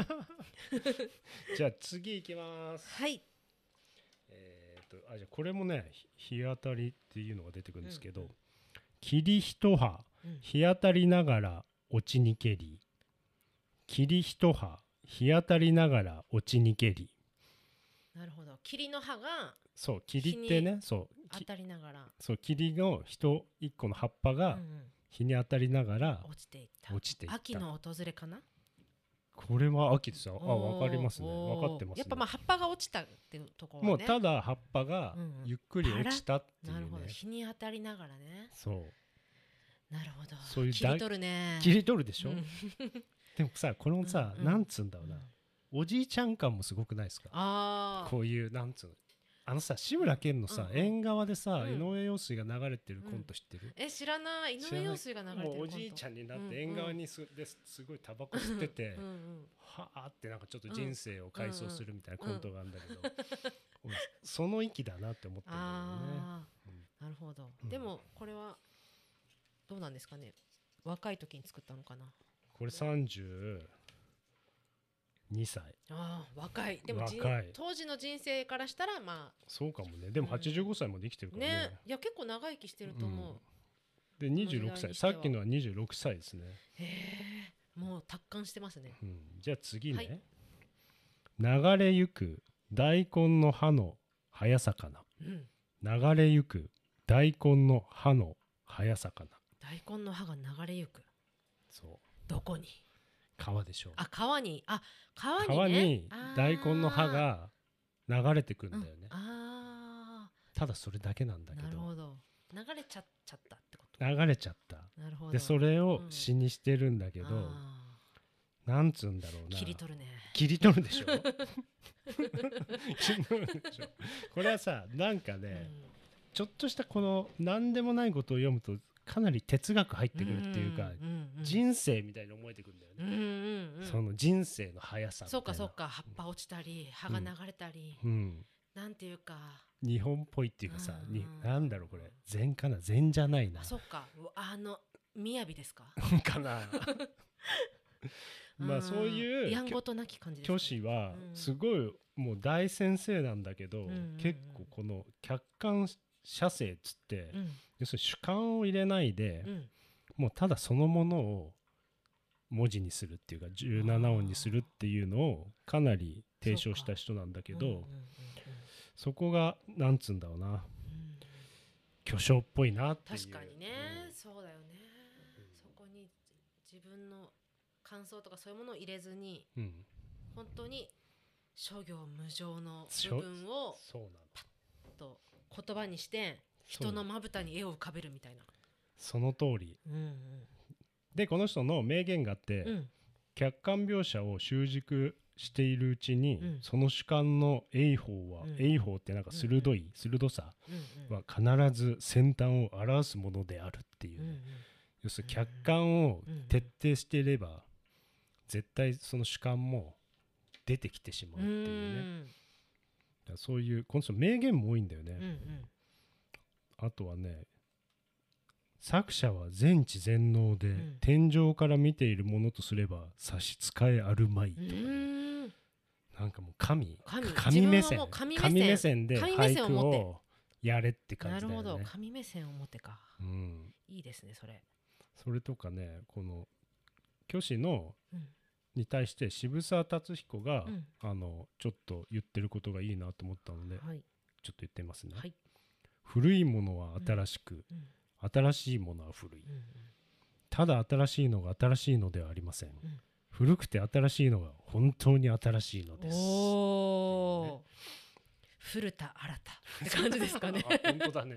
じゃあ次いきます。 はい。 じゃあこれもね、日当たりっていうのが出てくるんですけど、霧一葉日当たりながら落ちにけり、霧一葉日当たりながら落ちにけり、 なるほど。霧の葉がそう霧ってね、そう当たりながら、 そう霧の一個の葉っぱが日に当たりながら落ちていった。秋の訪れかな。 これは秋ですよ。わかりますね。わかってますね。 やっぱまあ葉っぱが落ちたっていうところはね。もうただ葉っぱがゆっくり落ちたっていうね。 なるほど。日に当たりながらね。 そう。 なるほど。 そういう切り取るね。 切り取るでしょ。でもさ、このさ、なんつうんだろうな。おじいちゃん感もすごくないですか。こういうなんつうの。さ、志村けんのさ、縁側でさ、井上陽水が流れてるコント知ってる？ 知らない。井上陽水が流れてるコント。 おじいちゃんになって縁側にすごいタバコ吸ってて、はあってなんかちょっと人生を回想するみたいなコントがあるんだけど、その域だなって思ってるんだよね。 なるほど。でもこれはどうなんですかね。若い時に作ったのかな。 これ32歳。 若い。でも当時の人生からしたらまあそうかもね。でも85歳まで生きてるからね。 いや結構長生きしてると思う。 で26歳。さっきのは26歳ですね。 もう達観してますね。 じゃあ次ね。流れゆく大根の葉の早魚。流れゆく大根の葉の早魚。 大根の葉が流れゆく。 そう。 どこに？ 川でしょ。 川に。 川に大根の葉が流れてくんだよね。ただそれだけなんだけど。 なるほど。流れちゃったってこと？ 流れちゃった。 なるほど。 でそれを詩にしてるんだけど、なんつうんだろうな。 切り取るね。 切り取るでしょ。切り取るでしょ。これはさ、なんかね、ちょっとしたこの何でもないことを読むとかなり哲学入ってくるっていうか、人生みたいに思えてくるんだよね。その人生の速さみたいな。 そうか。葉っぱ落ちたり葉が流れたり、なんていうか日本っぽいっていうかさ、なんだろうこれ禅かな、禅じゃないな。 そうか、雅ですか。 かな。まあそういうやんごとなき感じです。 虚子はすごいもう大先生なんだけど、結構この客観写生っつって、要するに主観を入れないで、もうただそのものを文字にするっていうか17音にするっていうのをかなり提唱した人なんだけど、そこがなんつうんだろうな、巨匠っぽいなっていう。 確かにね、そうだよね。そこに自分の感想とかそういうものを入れずに、本当に諸行無常の部分をパッと言葉にして人のまぶたに絵を浮かべるみたいな。 その通り。でこの人の名言があって、客観描写を習熟しているうちに、その主観の鋭法ってなんか鋭さは必ず先端を表すものであるっていう、要するに客観を徹底していれば、絶対その主観も出てきてしまうっていうね。そういうこの人名言も多いんだよね。あとはね、作者は全知全能で、天井から見ているものとすれば差し支えあるまいとか、なんかもう神目線で俳句をやれって感じだよね。 なるほど、神目線を持ってか。いいですねそれ。 それとかね、この虚子のに対して渋沢達彦が、ちょっと言ってることがいいなと思ったので、ちょっと言ってみますね。古いものは新しく、新しいものは古い。ただ新しいのが新しいのではありません。古くて新しいのが本当に新しいのです。 古田新太って感じですかね。 本当だね。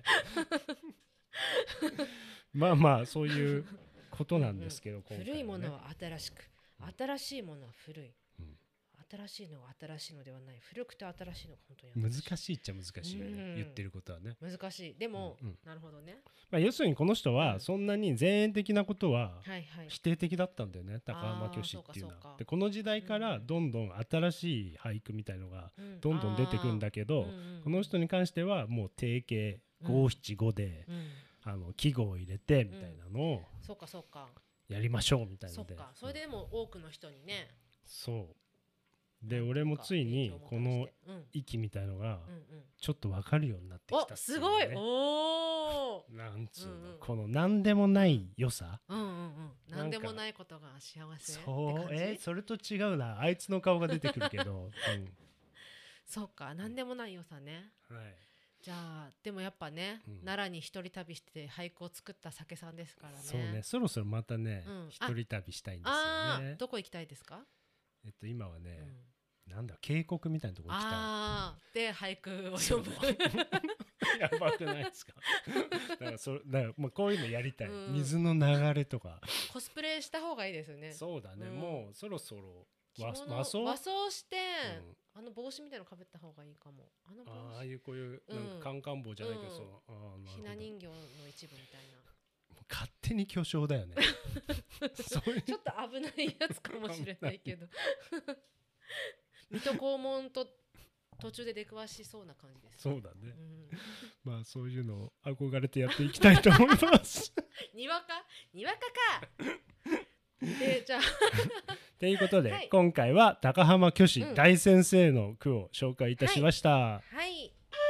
まあまあそういうことなんですけど、 古いものは新しく、新しいものは古い。新しいのが新しいのではない。古くて新しいのが本当に難しいっちゃ難しいよね、言ってることはね。 難しい。でも、なるほどね。 要するにこの人はそんなに前衛的なことは否定的だったんだよね、高浜虚子っていうのは。でこの時代からどんどん新しい俳句みたいのがどんどん出てくるんだけど、この人に関してはもう定型五七五で季語を入れてみたいなのをやりましょうみたいなので。 それでも多くの人にね。 そうで、俺もついにこの息みたいのがちょっと分かるようになってきたっていうね。 すごい。 なんつうの、この何でもない良さ。 何でもないことが幸せ。 そう、それと違うな、あいつの顔が出てくるけど。 そうか、なんでもない良さね。 はい。 じゃあでもやっぱね、奈良に一人旅して俳句を作った酒さんですからね。 そうね、そろそろまたね、一人旅したいんですよね。 どこ行きたいですか？ 今はね、なんだ渓谷みたいなとこ行きたい。で俳句を読む。 やばくないですか？だからまあこういうのやりたい。水の流れとか。 コスプレした方がいいですね。 そうだね。もうそろそろ和装して、帽子みたいなのかぶった方がいいかも。 ああいうこういうカンカン帽じゃないけど、 ひな人形の一部みたいな。 勝手に巨匠だよね。 ちょっと危ないやつかもしれないけど。水戸黄門と途中で出くわしそうな感じです。 そうだね。まあそういうのを憧れてやっていきたいと思います。 にわかか。じゃあということで、今回は高浜虚子大先生の句を紹介いたしました。はい。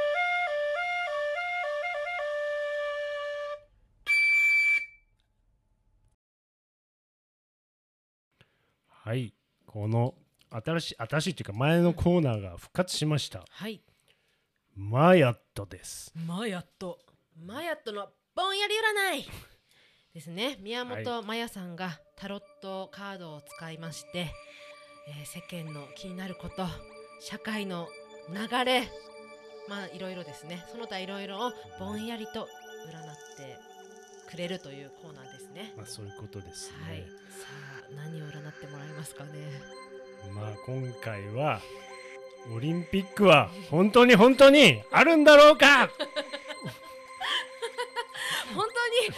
はい、この新しいっていうか前のコーナーが復活しました。 はい。 マヤットです。 マヤットのぼんやり占いですね。宮本マヤさんがタロットカードを使いまして、世間の気になること、社会の流れ、まあいろいろですね。その他いろいろをぼんやりと占ってくれるというコーナーですね。 まあそういうことですね。 はい。さあ何を占ってもらえますかね。 まあ今回はオリンピックは本当にあるんだろうか。 本当に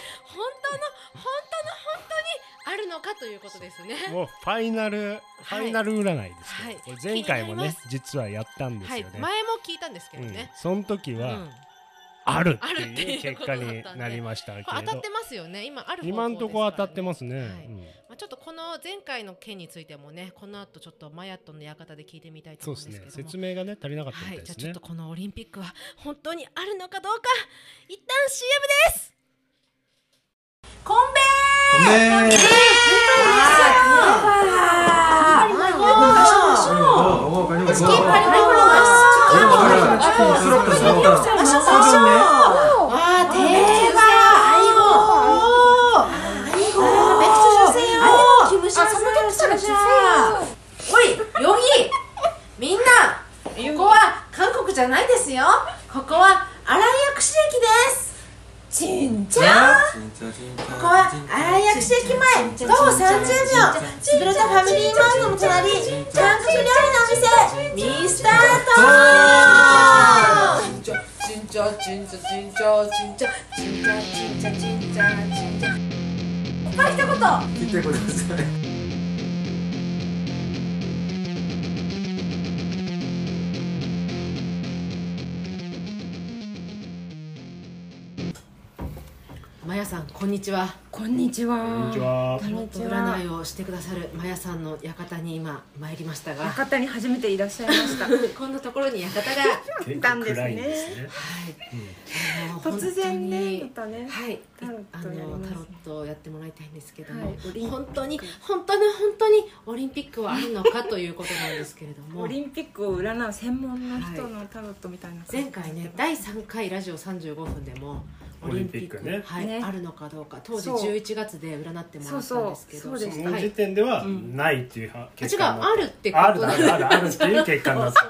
あるのかということですね。 もうファイナル占いですけど、これ前回もね実はやったんですよね。 前も聞いたんですけどね。 その時はあるっていう結果になりましたけど。 当たってますよね。今ある方向ですからね。 今のところ当たってますね。 まあちょっとこの前回の件についてもね、この後ちょっとマヤットの館で聞いてみたいと思うんですけども。 そうですね。説明がね足りなかったみたいですね。 じゃあちょっとこのオリンピックは本当にあるのかどうか、一旦 CM です。 コンベおい、ヨギ、みんな、ここは韓国じゃないですよ。ここは新井薬師駅です。ちんちゃん、ここは新井薬師駅前、徒歩30秒、つぶれたファミリーマートの隣、韓国料理のお店、ミスタートー。ちんちゃちんちゃちんちゃちんちゃちんちゃちんちゃちんちゃちんちゃ。一言聞いてください。マヤさん、こんにちは。 こんにちは。 タロット占いをしてくださるマヤさんの館に今参りましたが、 館に初めていらっしゃいました。 こんなところに館があったんですね。はい。突然ね、またね。 はい。タロットをやってもらいたいんですけども、 はい、 本当にオリンピックはあるのかということなんですけれども、 オリンピックを占う専門の人のタロットみたいな。 前回ね、第3回ラジオ35分でも。オリンピックね、あるのかどうか、当時11月で占ってもらったんですけど、 その時点ではないっていう結果になった。 あるってこと、 あるっていう結果になった。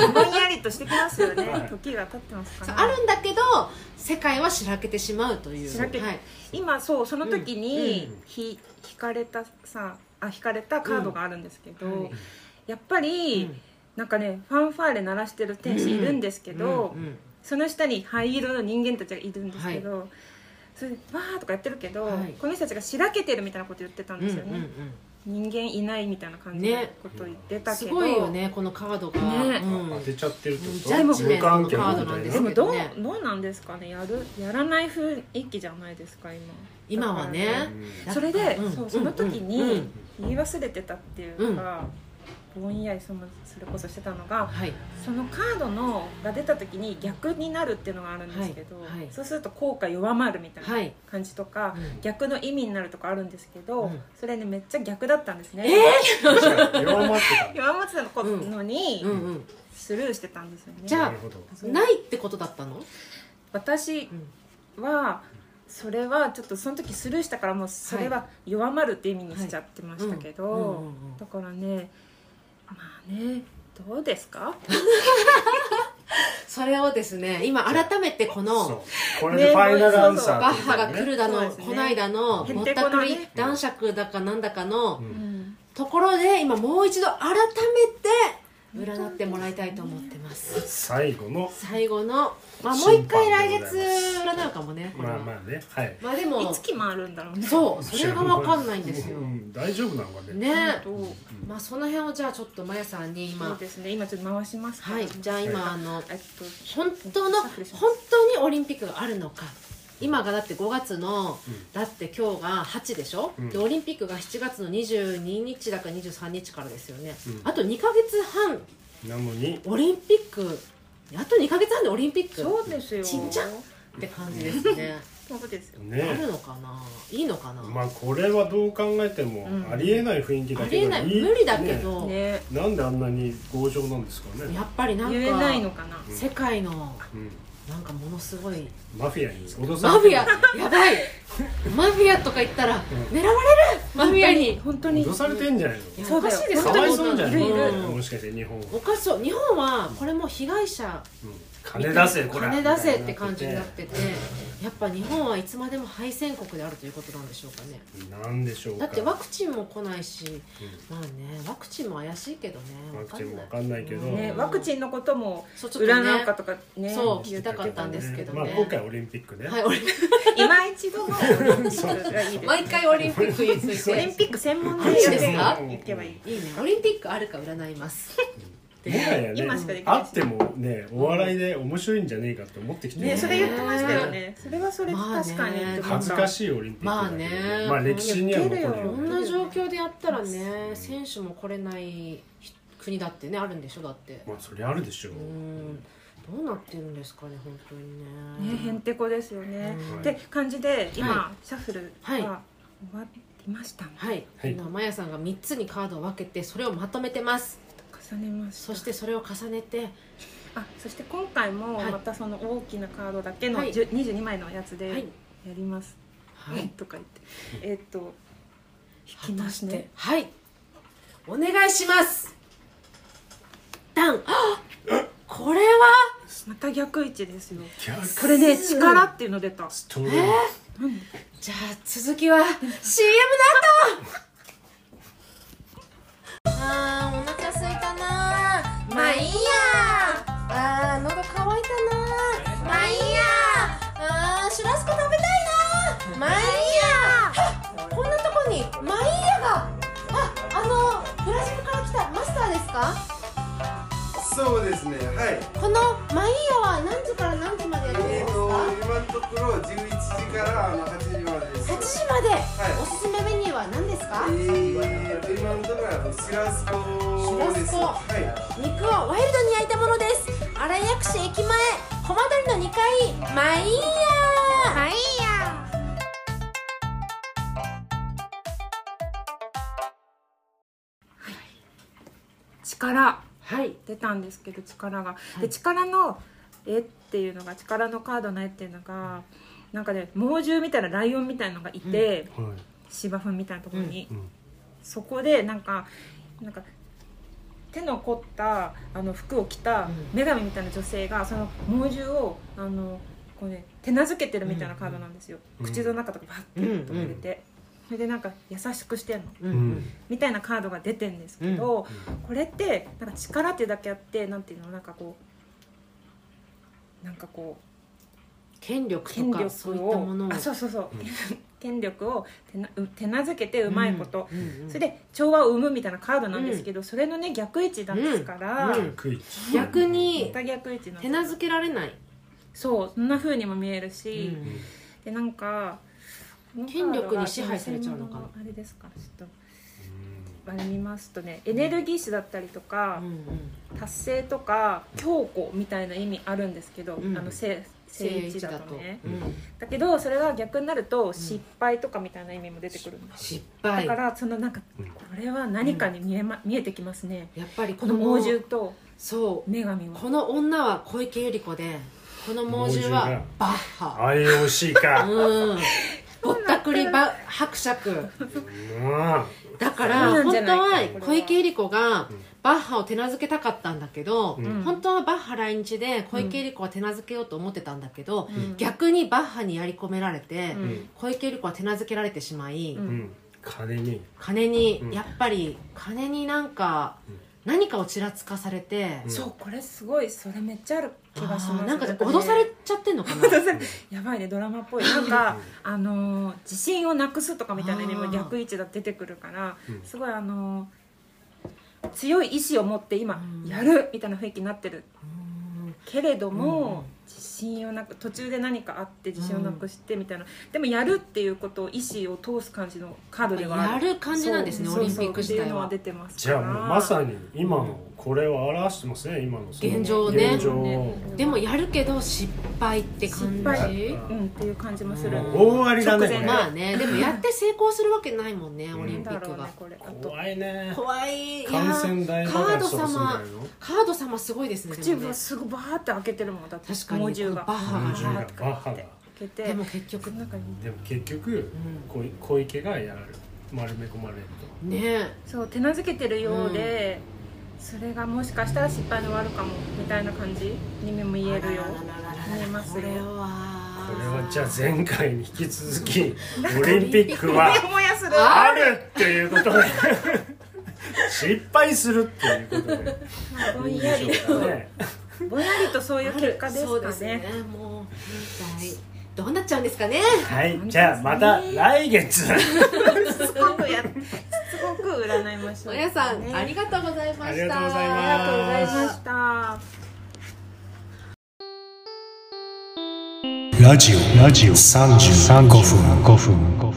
ぼんやりとしてきますよね。時が経ってますから。 あるんだけど世界はしらけてしまうという。 今その時に引かれたカードがあるんですけど、やっぱりなんかね、ファンファーレ鳴らしてる天使いるんですけど、その下に灰色の人間たちがいるんですけど、それでわーとかやってるけど、この人たちがしらけてるみたいなこと言ってたんですよね。人間いないみたいな感じのことを言ってたけど、 すごいよね、このカードが当てちゃってるってこと。 ジャッジメントのカードなんですけどね。 でもどうなんですかね、やらない雰囲気じゃないですか今はね。 それでその時に言い忘れてたっていうか、ぼんやりそれこそしてたのが、そのカードが出た時に逆になるっていうのがあるんですけど、そうすると効果弱まるみたいな感じとか、逆の意味になるとかあるんですけど、それねめっちゃ逆だったんですね。 弱まってたのに、 スルーしてたんですよね。 じゃあないってことだったの？ 私はそれはちょっとその時スルーしたからもうそれは弱まるって意味にしちゃってましたけど、だからね、まあね、どうですか？ それをですね、今改めてこのこれでファイナルアンサーバッハが来るだの、こないだのぼったくり男爵だかなんだかのところで今もう一度改めて占ってもらいたいと思ってます。最後のまあもう一回来月占うかもね。 まあまあね、はい。 まあでもいつ決まるんだろうね。 そう、それが分かんないんですよ。 大丈夫なのかね。 ね、まあその辺をじゃあちょっとまやさんに今。 そうですね。今ちょっと回します。 はい。じゃあ今本当にオリンピックがあるのか。今がだって5月の、だって今日が8でしょ、でオリンピックが7月の22日だか23日からですよね、あと2ヶ月半なのにオリンピック、あと2ヶ月半でオリンピック、 そうですよ、 ちんちゃんって感じですね。 そうですよね。 あるのかな、いいのかな。 まあこれはどう考えてもありえない雰囲気だけど、 ありえない、無理だけど、 なんであんなに強情なんですかね。 やっぱりなんか言えないのかな、 世界のなんかものすごいマフィアに脅されてる。 マフィアやばいマフィアとか言ったら狙われる、マフィアに本当に脅されてんじゃないの。 おかしいですよ。 かわいそうじゃないいるもしかして日本おかしそう。日本はこれも被害者金出せ、これ金出せって感じになってて、やっぱ日本はいつまでも敗戦国であるということなんでしょうかね。 なんでしょうか。 だってワクチンも来ないし、まあね、ワクチンも怪しいけどね。 ワクチンも分かんないけど、 ワクチンのことも占うかとかね、 そう聞きたかったんですけどね。 まあ今回オリンピックね。 はい、オリンピック。 今一度のオリンピックがいいです。 毎回オリンピックについて。 オリンピック専門でいいですか？ 行けばいい。 いいね。オリンピックあるか占います。 もはやね、あってもね、お笑いで面白いんじゃねえかって思ってきてね、それ言ってましたよね。それはそれ確かに恥ずかしいオリンピック。まあね、まあ歴史には残るよ。 こんな状況でやったらね、選手も来れない国だってね、あるんでしょ、だって。 まあそれあるでしょう。 どうなってるんですかね、本当にね。 ね、へんてこですよね。って感じで今シャッフルが終わりました。 はい。今まやさんが3つにカードを分けて、それをまとめてます。 重ねます。 そしてそれを重ねて、 そして今回もまたその大きなカードだけの22枚のやつでやります。はいとか言って引きますね。 はい。お願いします。ダン。これはまた逆位置ですよ。これね、力っていうの出た。 じゃあ続きは CM の後。お腹すいたな。まあいいや。喉乾いたな。まあいいや。シュラスコ食べたいな。まあいいや。こんなとこにマイヤが。ブラジルから来たマスターですか？ そうですね、はい。 このマイヤは何時から何時までやってるんですか？ 今のところ11時から8時までです。 8時まで、おすすめメニューは何ですか？ 今のところシュラスコです。 肉をワイルドに焼いたものです。新井薬師駅前コマドリの2階マイヤマイヤ力、出たんですけど、力が、で力の絵っていうのが、力のカードの絵っていうのがなんかね、猛獣みたいなライオンみたいなのがいて、芝生みたいなところに、そこでなんか手の凝った服を着た女神みたいな女性がその猛獣をこうね、手なずけてるみたいなカードなんですよ。口の中とかバッて入れて、それでなんか優しくしてんの、みたいなカードが出てんですけど、これってなんか力っていうだけあって、なんていうの、なんかこう権力とかそういったものを、 権力を手なずけてうまいこと、それで調和を生むみたいなカードなんですけど、それのね、逆位置ですから、 逆に手なずけられない、 そんな風にも見えるし、でなんか権力に支配されちゃうのかな。 あれですか、ちょっとあれ見ますとね、エネルギッシュだったりとか、達成とか強固みたいな意味あるんですけど、正位置だとね、だけどそれが逆になると失敗とかみたいな意味も出てくるんです。 失敗だからそのなんかこれは何かに見えてきますね。 やっぱりこの猛獣とそう女神はこの女は小池百合子でこの猛獣はバッハ。 IOC か。 ぼったくり伯爵だから本当は小池百合子がバッハを手なずけたかったんだけど、本当はバッハ来日で小池百合子は手なずけようと思ってたんだけど、逆にバッハにやり込められて、小池百合子は手なずけられてしまい、金にやっぱり金になんか何かをちらつかされて、 そうこれすごいそれめっちゃある気がします。 なんか脅されちゃってんのかな。 やばいね、ドラマっぽい。なんか自信をなくすとかみたいな意味も逆位置が出てくるから、すごい強い意志を持って今やるみたいな雰囲気になってるけれども、自信をなく途中で何かあって自信をなくしてみたいな、でもやるっていうことを意志を通す感じのカードではある。 やる感じなんですね、オリンピック自体は。 出てます。 じゃあもうまさに今のこれを表してますね、今の現状ね。でもやるけど失敗って感じ、 っていう感じもする。 大ありだね。 まあね、でもやって成功するわけないもんね、オリンピックが。 怖いね。 怖い。 感染大爆発とかするんじゃないの？ カード様すごいですね。 口がすぐバーって開けてるもん。だって確かに猛獣がバッハが開けて、 でも結局小池がやられる、丸め込まれるとね。 そう手なずけてるようで、それがもしかしたら失敗に終わるかもみたいな感じにも言えるよ、見えますよ。 これはじゃあ前回に引き続きオリンピックはあるっていうことで失敗するっていうことで、 ぼんやりとそういう結果ですかね。 そうですね。もうどうなっちゃうんですかね。 はい、じゃあまた来月すごく占いましょう。 皆さんありがとうございました。 ありがとうございました。 ラジオ35分。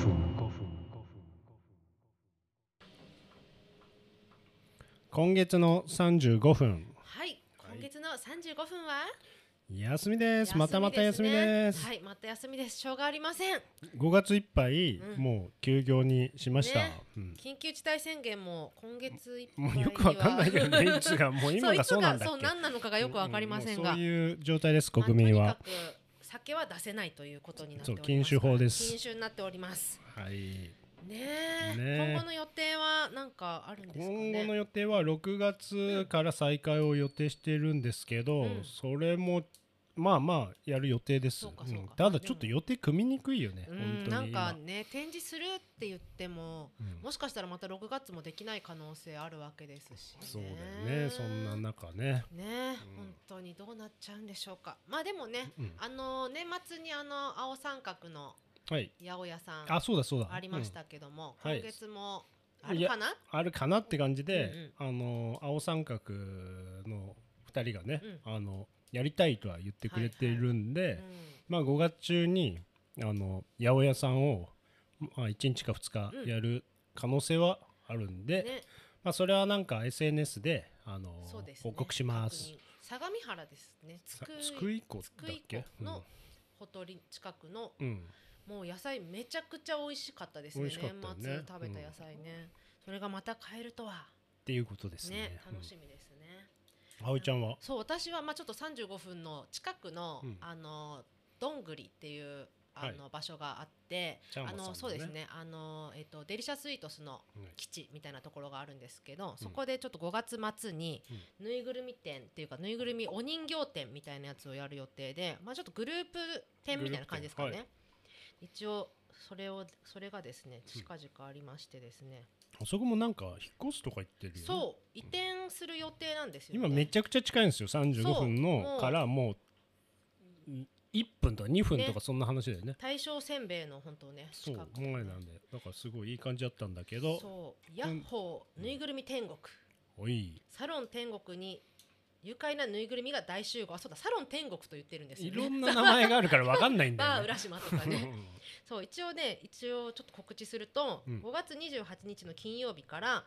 今月の35分。 はい、今月の35分は休みです。また休みです。 はい、また休みです。しょうがありません。 5月いっぱい、もう休業にしました。 緊急事態宣言も今月いっぱいにはもうよくわかんないけどね、いつがもう今がそうなんだっけ。 そう何なのかがよくわかりませんが、 そういう状態です。国民は。 とにかく酒は出せないということになっております。 禁酒法です。 禁酒になっております。 はい。 今後の予定は何かあるんですかね。 今後の予定は6月から再開を予定しているんですけど、それもまあやる予定です。ただちょっと予定組みにくいよね。 なんかね、展示するって言っても、もしかしたらまた6月もできない可能性あるわけですしね。 そうだよね。そんな中ね。 本当にどうなっちゃうんでしょうか。まあでもね、年末に青三角の八百屋さんありましたけども、今月もあるかな？ あるかなって感じで、青三角の2人がね、やりたいとは言ってくれているんで、まあ5月中に八百屋さんを1日か2日やる可能性はあるんで、まあそれはなんか SNS で報告します。 相模原ですね。 津久井湖だっけのほとり近くの、もう野菜めちゃくちゃ美味しかったですね。年末食べた野菜ね、それがまた買えるとはっていうことですね。 楽しみですね。 葵ちゃんは？ そう、私はちょっと35分の近くのどんぐりっていう場所があって、そうですね、デリシャスイートスの基地みたいなところがあるんですけど、そこでちょっと5月末にぬいぐるみ店っていうか、ぬいぐるみお人形店みたいなやつをやる予定で、ちょっとグループ店みたいな感じですかね。一応それがですね、近々ありましてですね、 あそこもなんか引っ越すとか言ってるよね。 そう、移転する予定なんですよね。 今めちゃくちゃ近いんですよ。35分のからもう1分とか2分とかそんな話だよね。 大正せんべいの本当ね、 そう前なんで、だからすごいいい感じだったんだけど、 そうヤッホーぬいぐるみ天国、 おいサロン天国に愉快なぬいぐるみが大集合。あ、そうだ、サロン天国と言ってるんですよね。 いろんな名前があるから分かんないんだよね。 バー浦島とかねそう、一応ちょっと告知すると、5月28日の金曜日から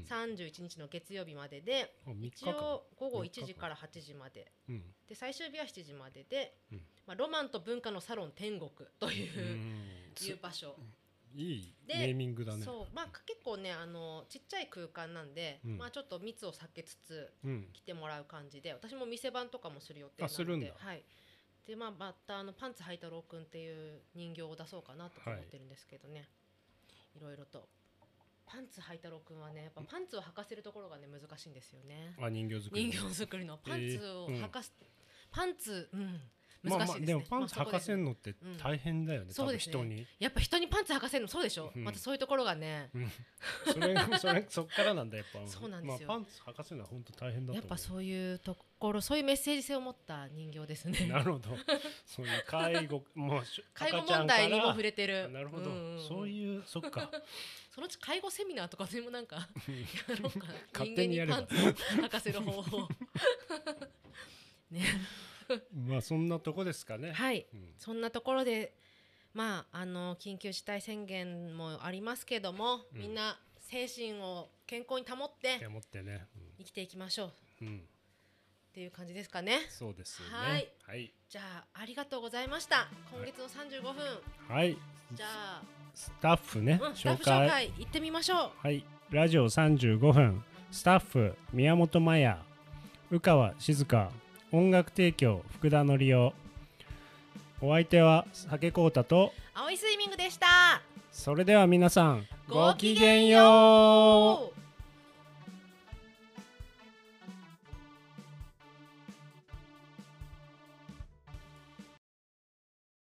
31日の月曜日までで、一応午後1時から8時まで、で最終日は7時までで、ロマンと文化のサロン天国という場所。 いいでネーミングだね。 そうまあ結構ねちっちゃい空間なんで、まあちょっと密を避けつつ来てもらう感じで、私も店番とかもする予定なので、 するんだ。 はい。でまたパンツ履いたろうくんっていう人形を出そうかなと思ってるんですけどね、いろいろと。パンツ履いたろうくんはね、やっぱパンツを履かせるところがね難しいんですよね。 人形作り。 人形作りのパンツを履かす、パンツ難しいですね。 でもパンツ履かせるのって大変だよね。 そうですね。 人にやっぱ人にパンツ履かせるのそうでしょ。またそういうところがね。 そっからなんだやっぱ。 そうなんですよ。 パンツ履かせるのは本当大変だと思う。 やっぱそういうところ、そういうメッセージ性を持った人形ですね。 なるほど。そういう介護問題にも触れてる。 なるほど。そういうそっか。 そのうち介護セミナーとかでもなんかやろうかな。 勝手にやれば。 人間にパンツを履かせる方法。ね。 まあそんなとこですかね。 はい、そんなところでまあ緊急事態宣言もありますけども、みんな精神を健康に保ってね、 生きていきましょう、っていう感じですかね。 そうですね。 はい。じゃあありがとうございました。今月の35分。 はい。 じゃあスタッフね、 紹介行ってみましょう。 はい。ラジオ35分スタッフ宮本麻也、宇川静香、音楽提供福田のりお。お相手は酒こうたと青いスイミングでした。 それでは皆さんごきげんよう。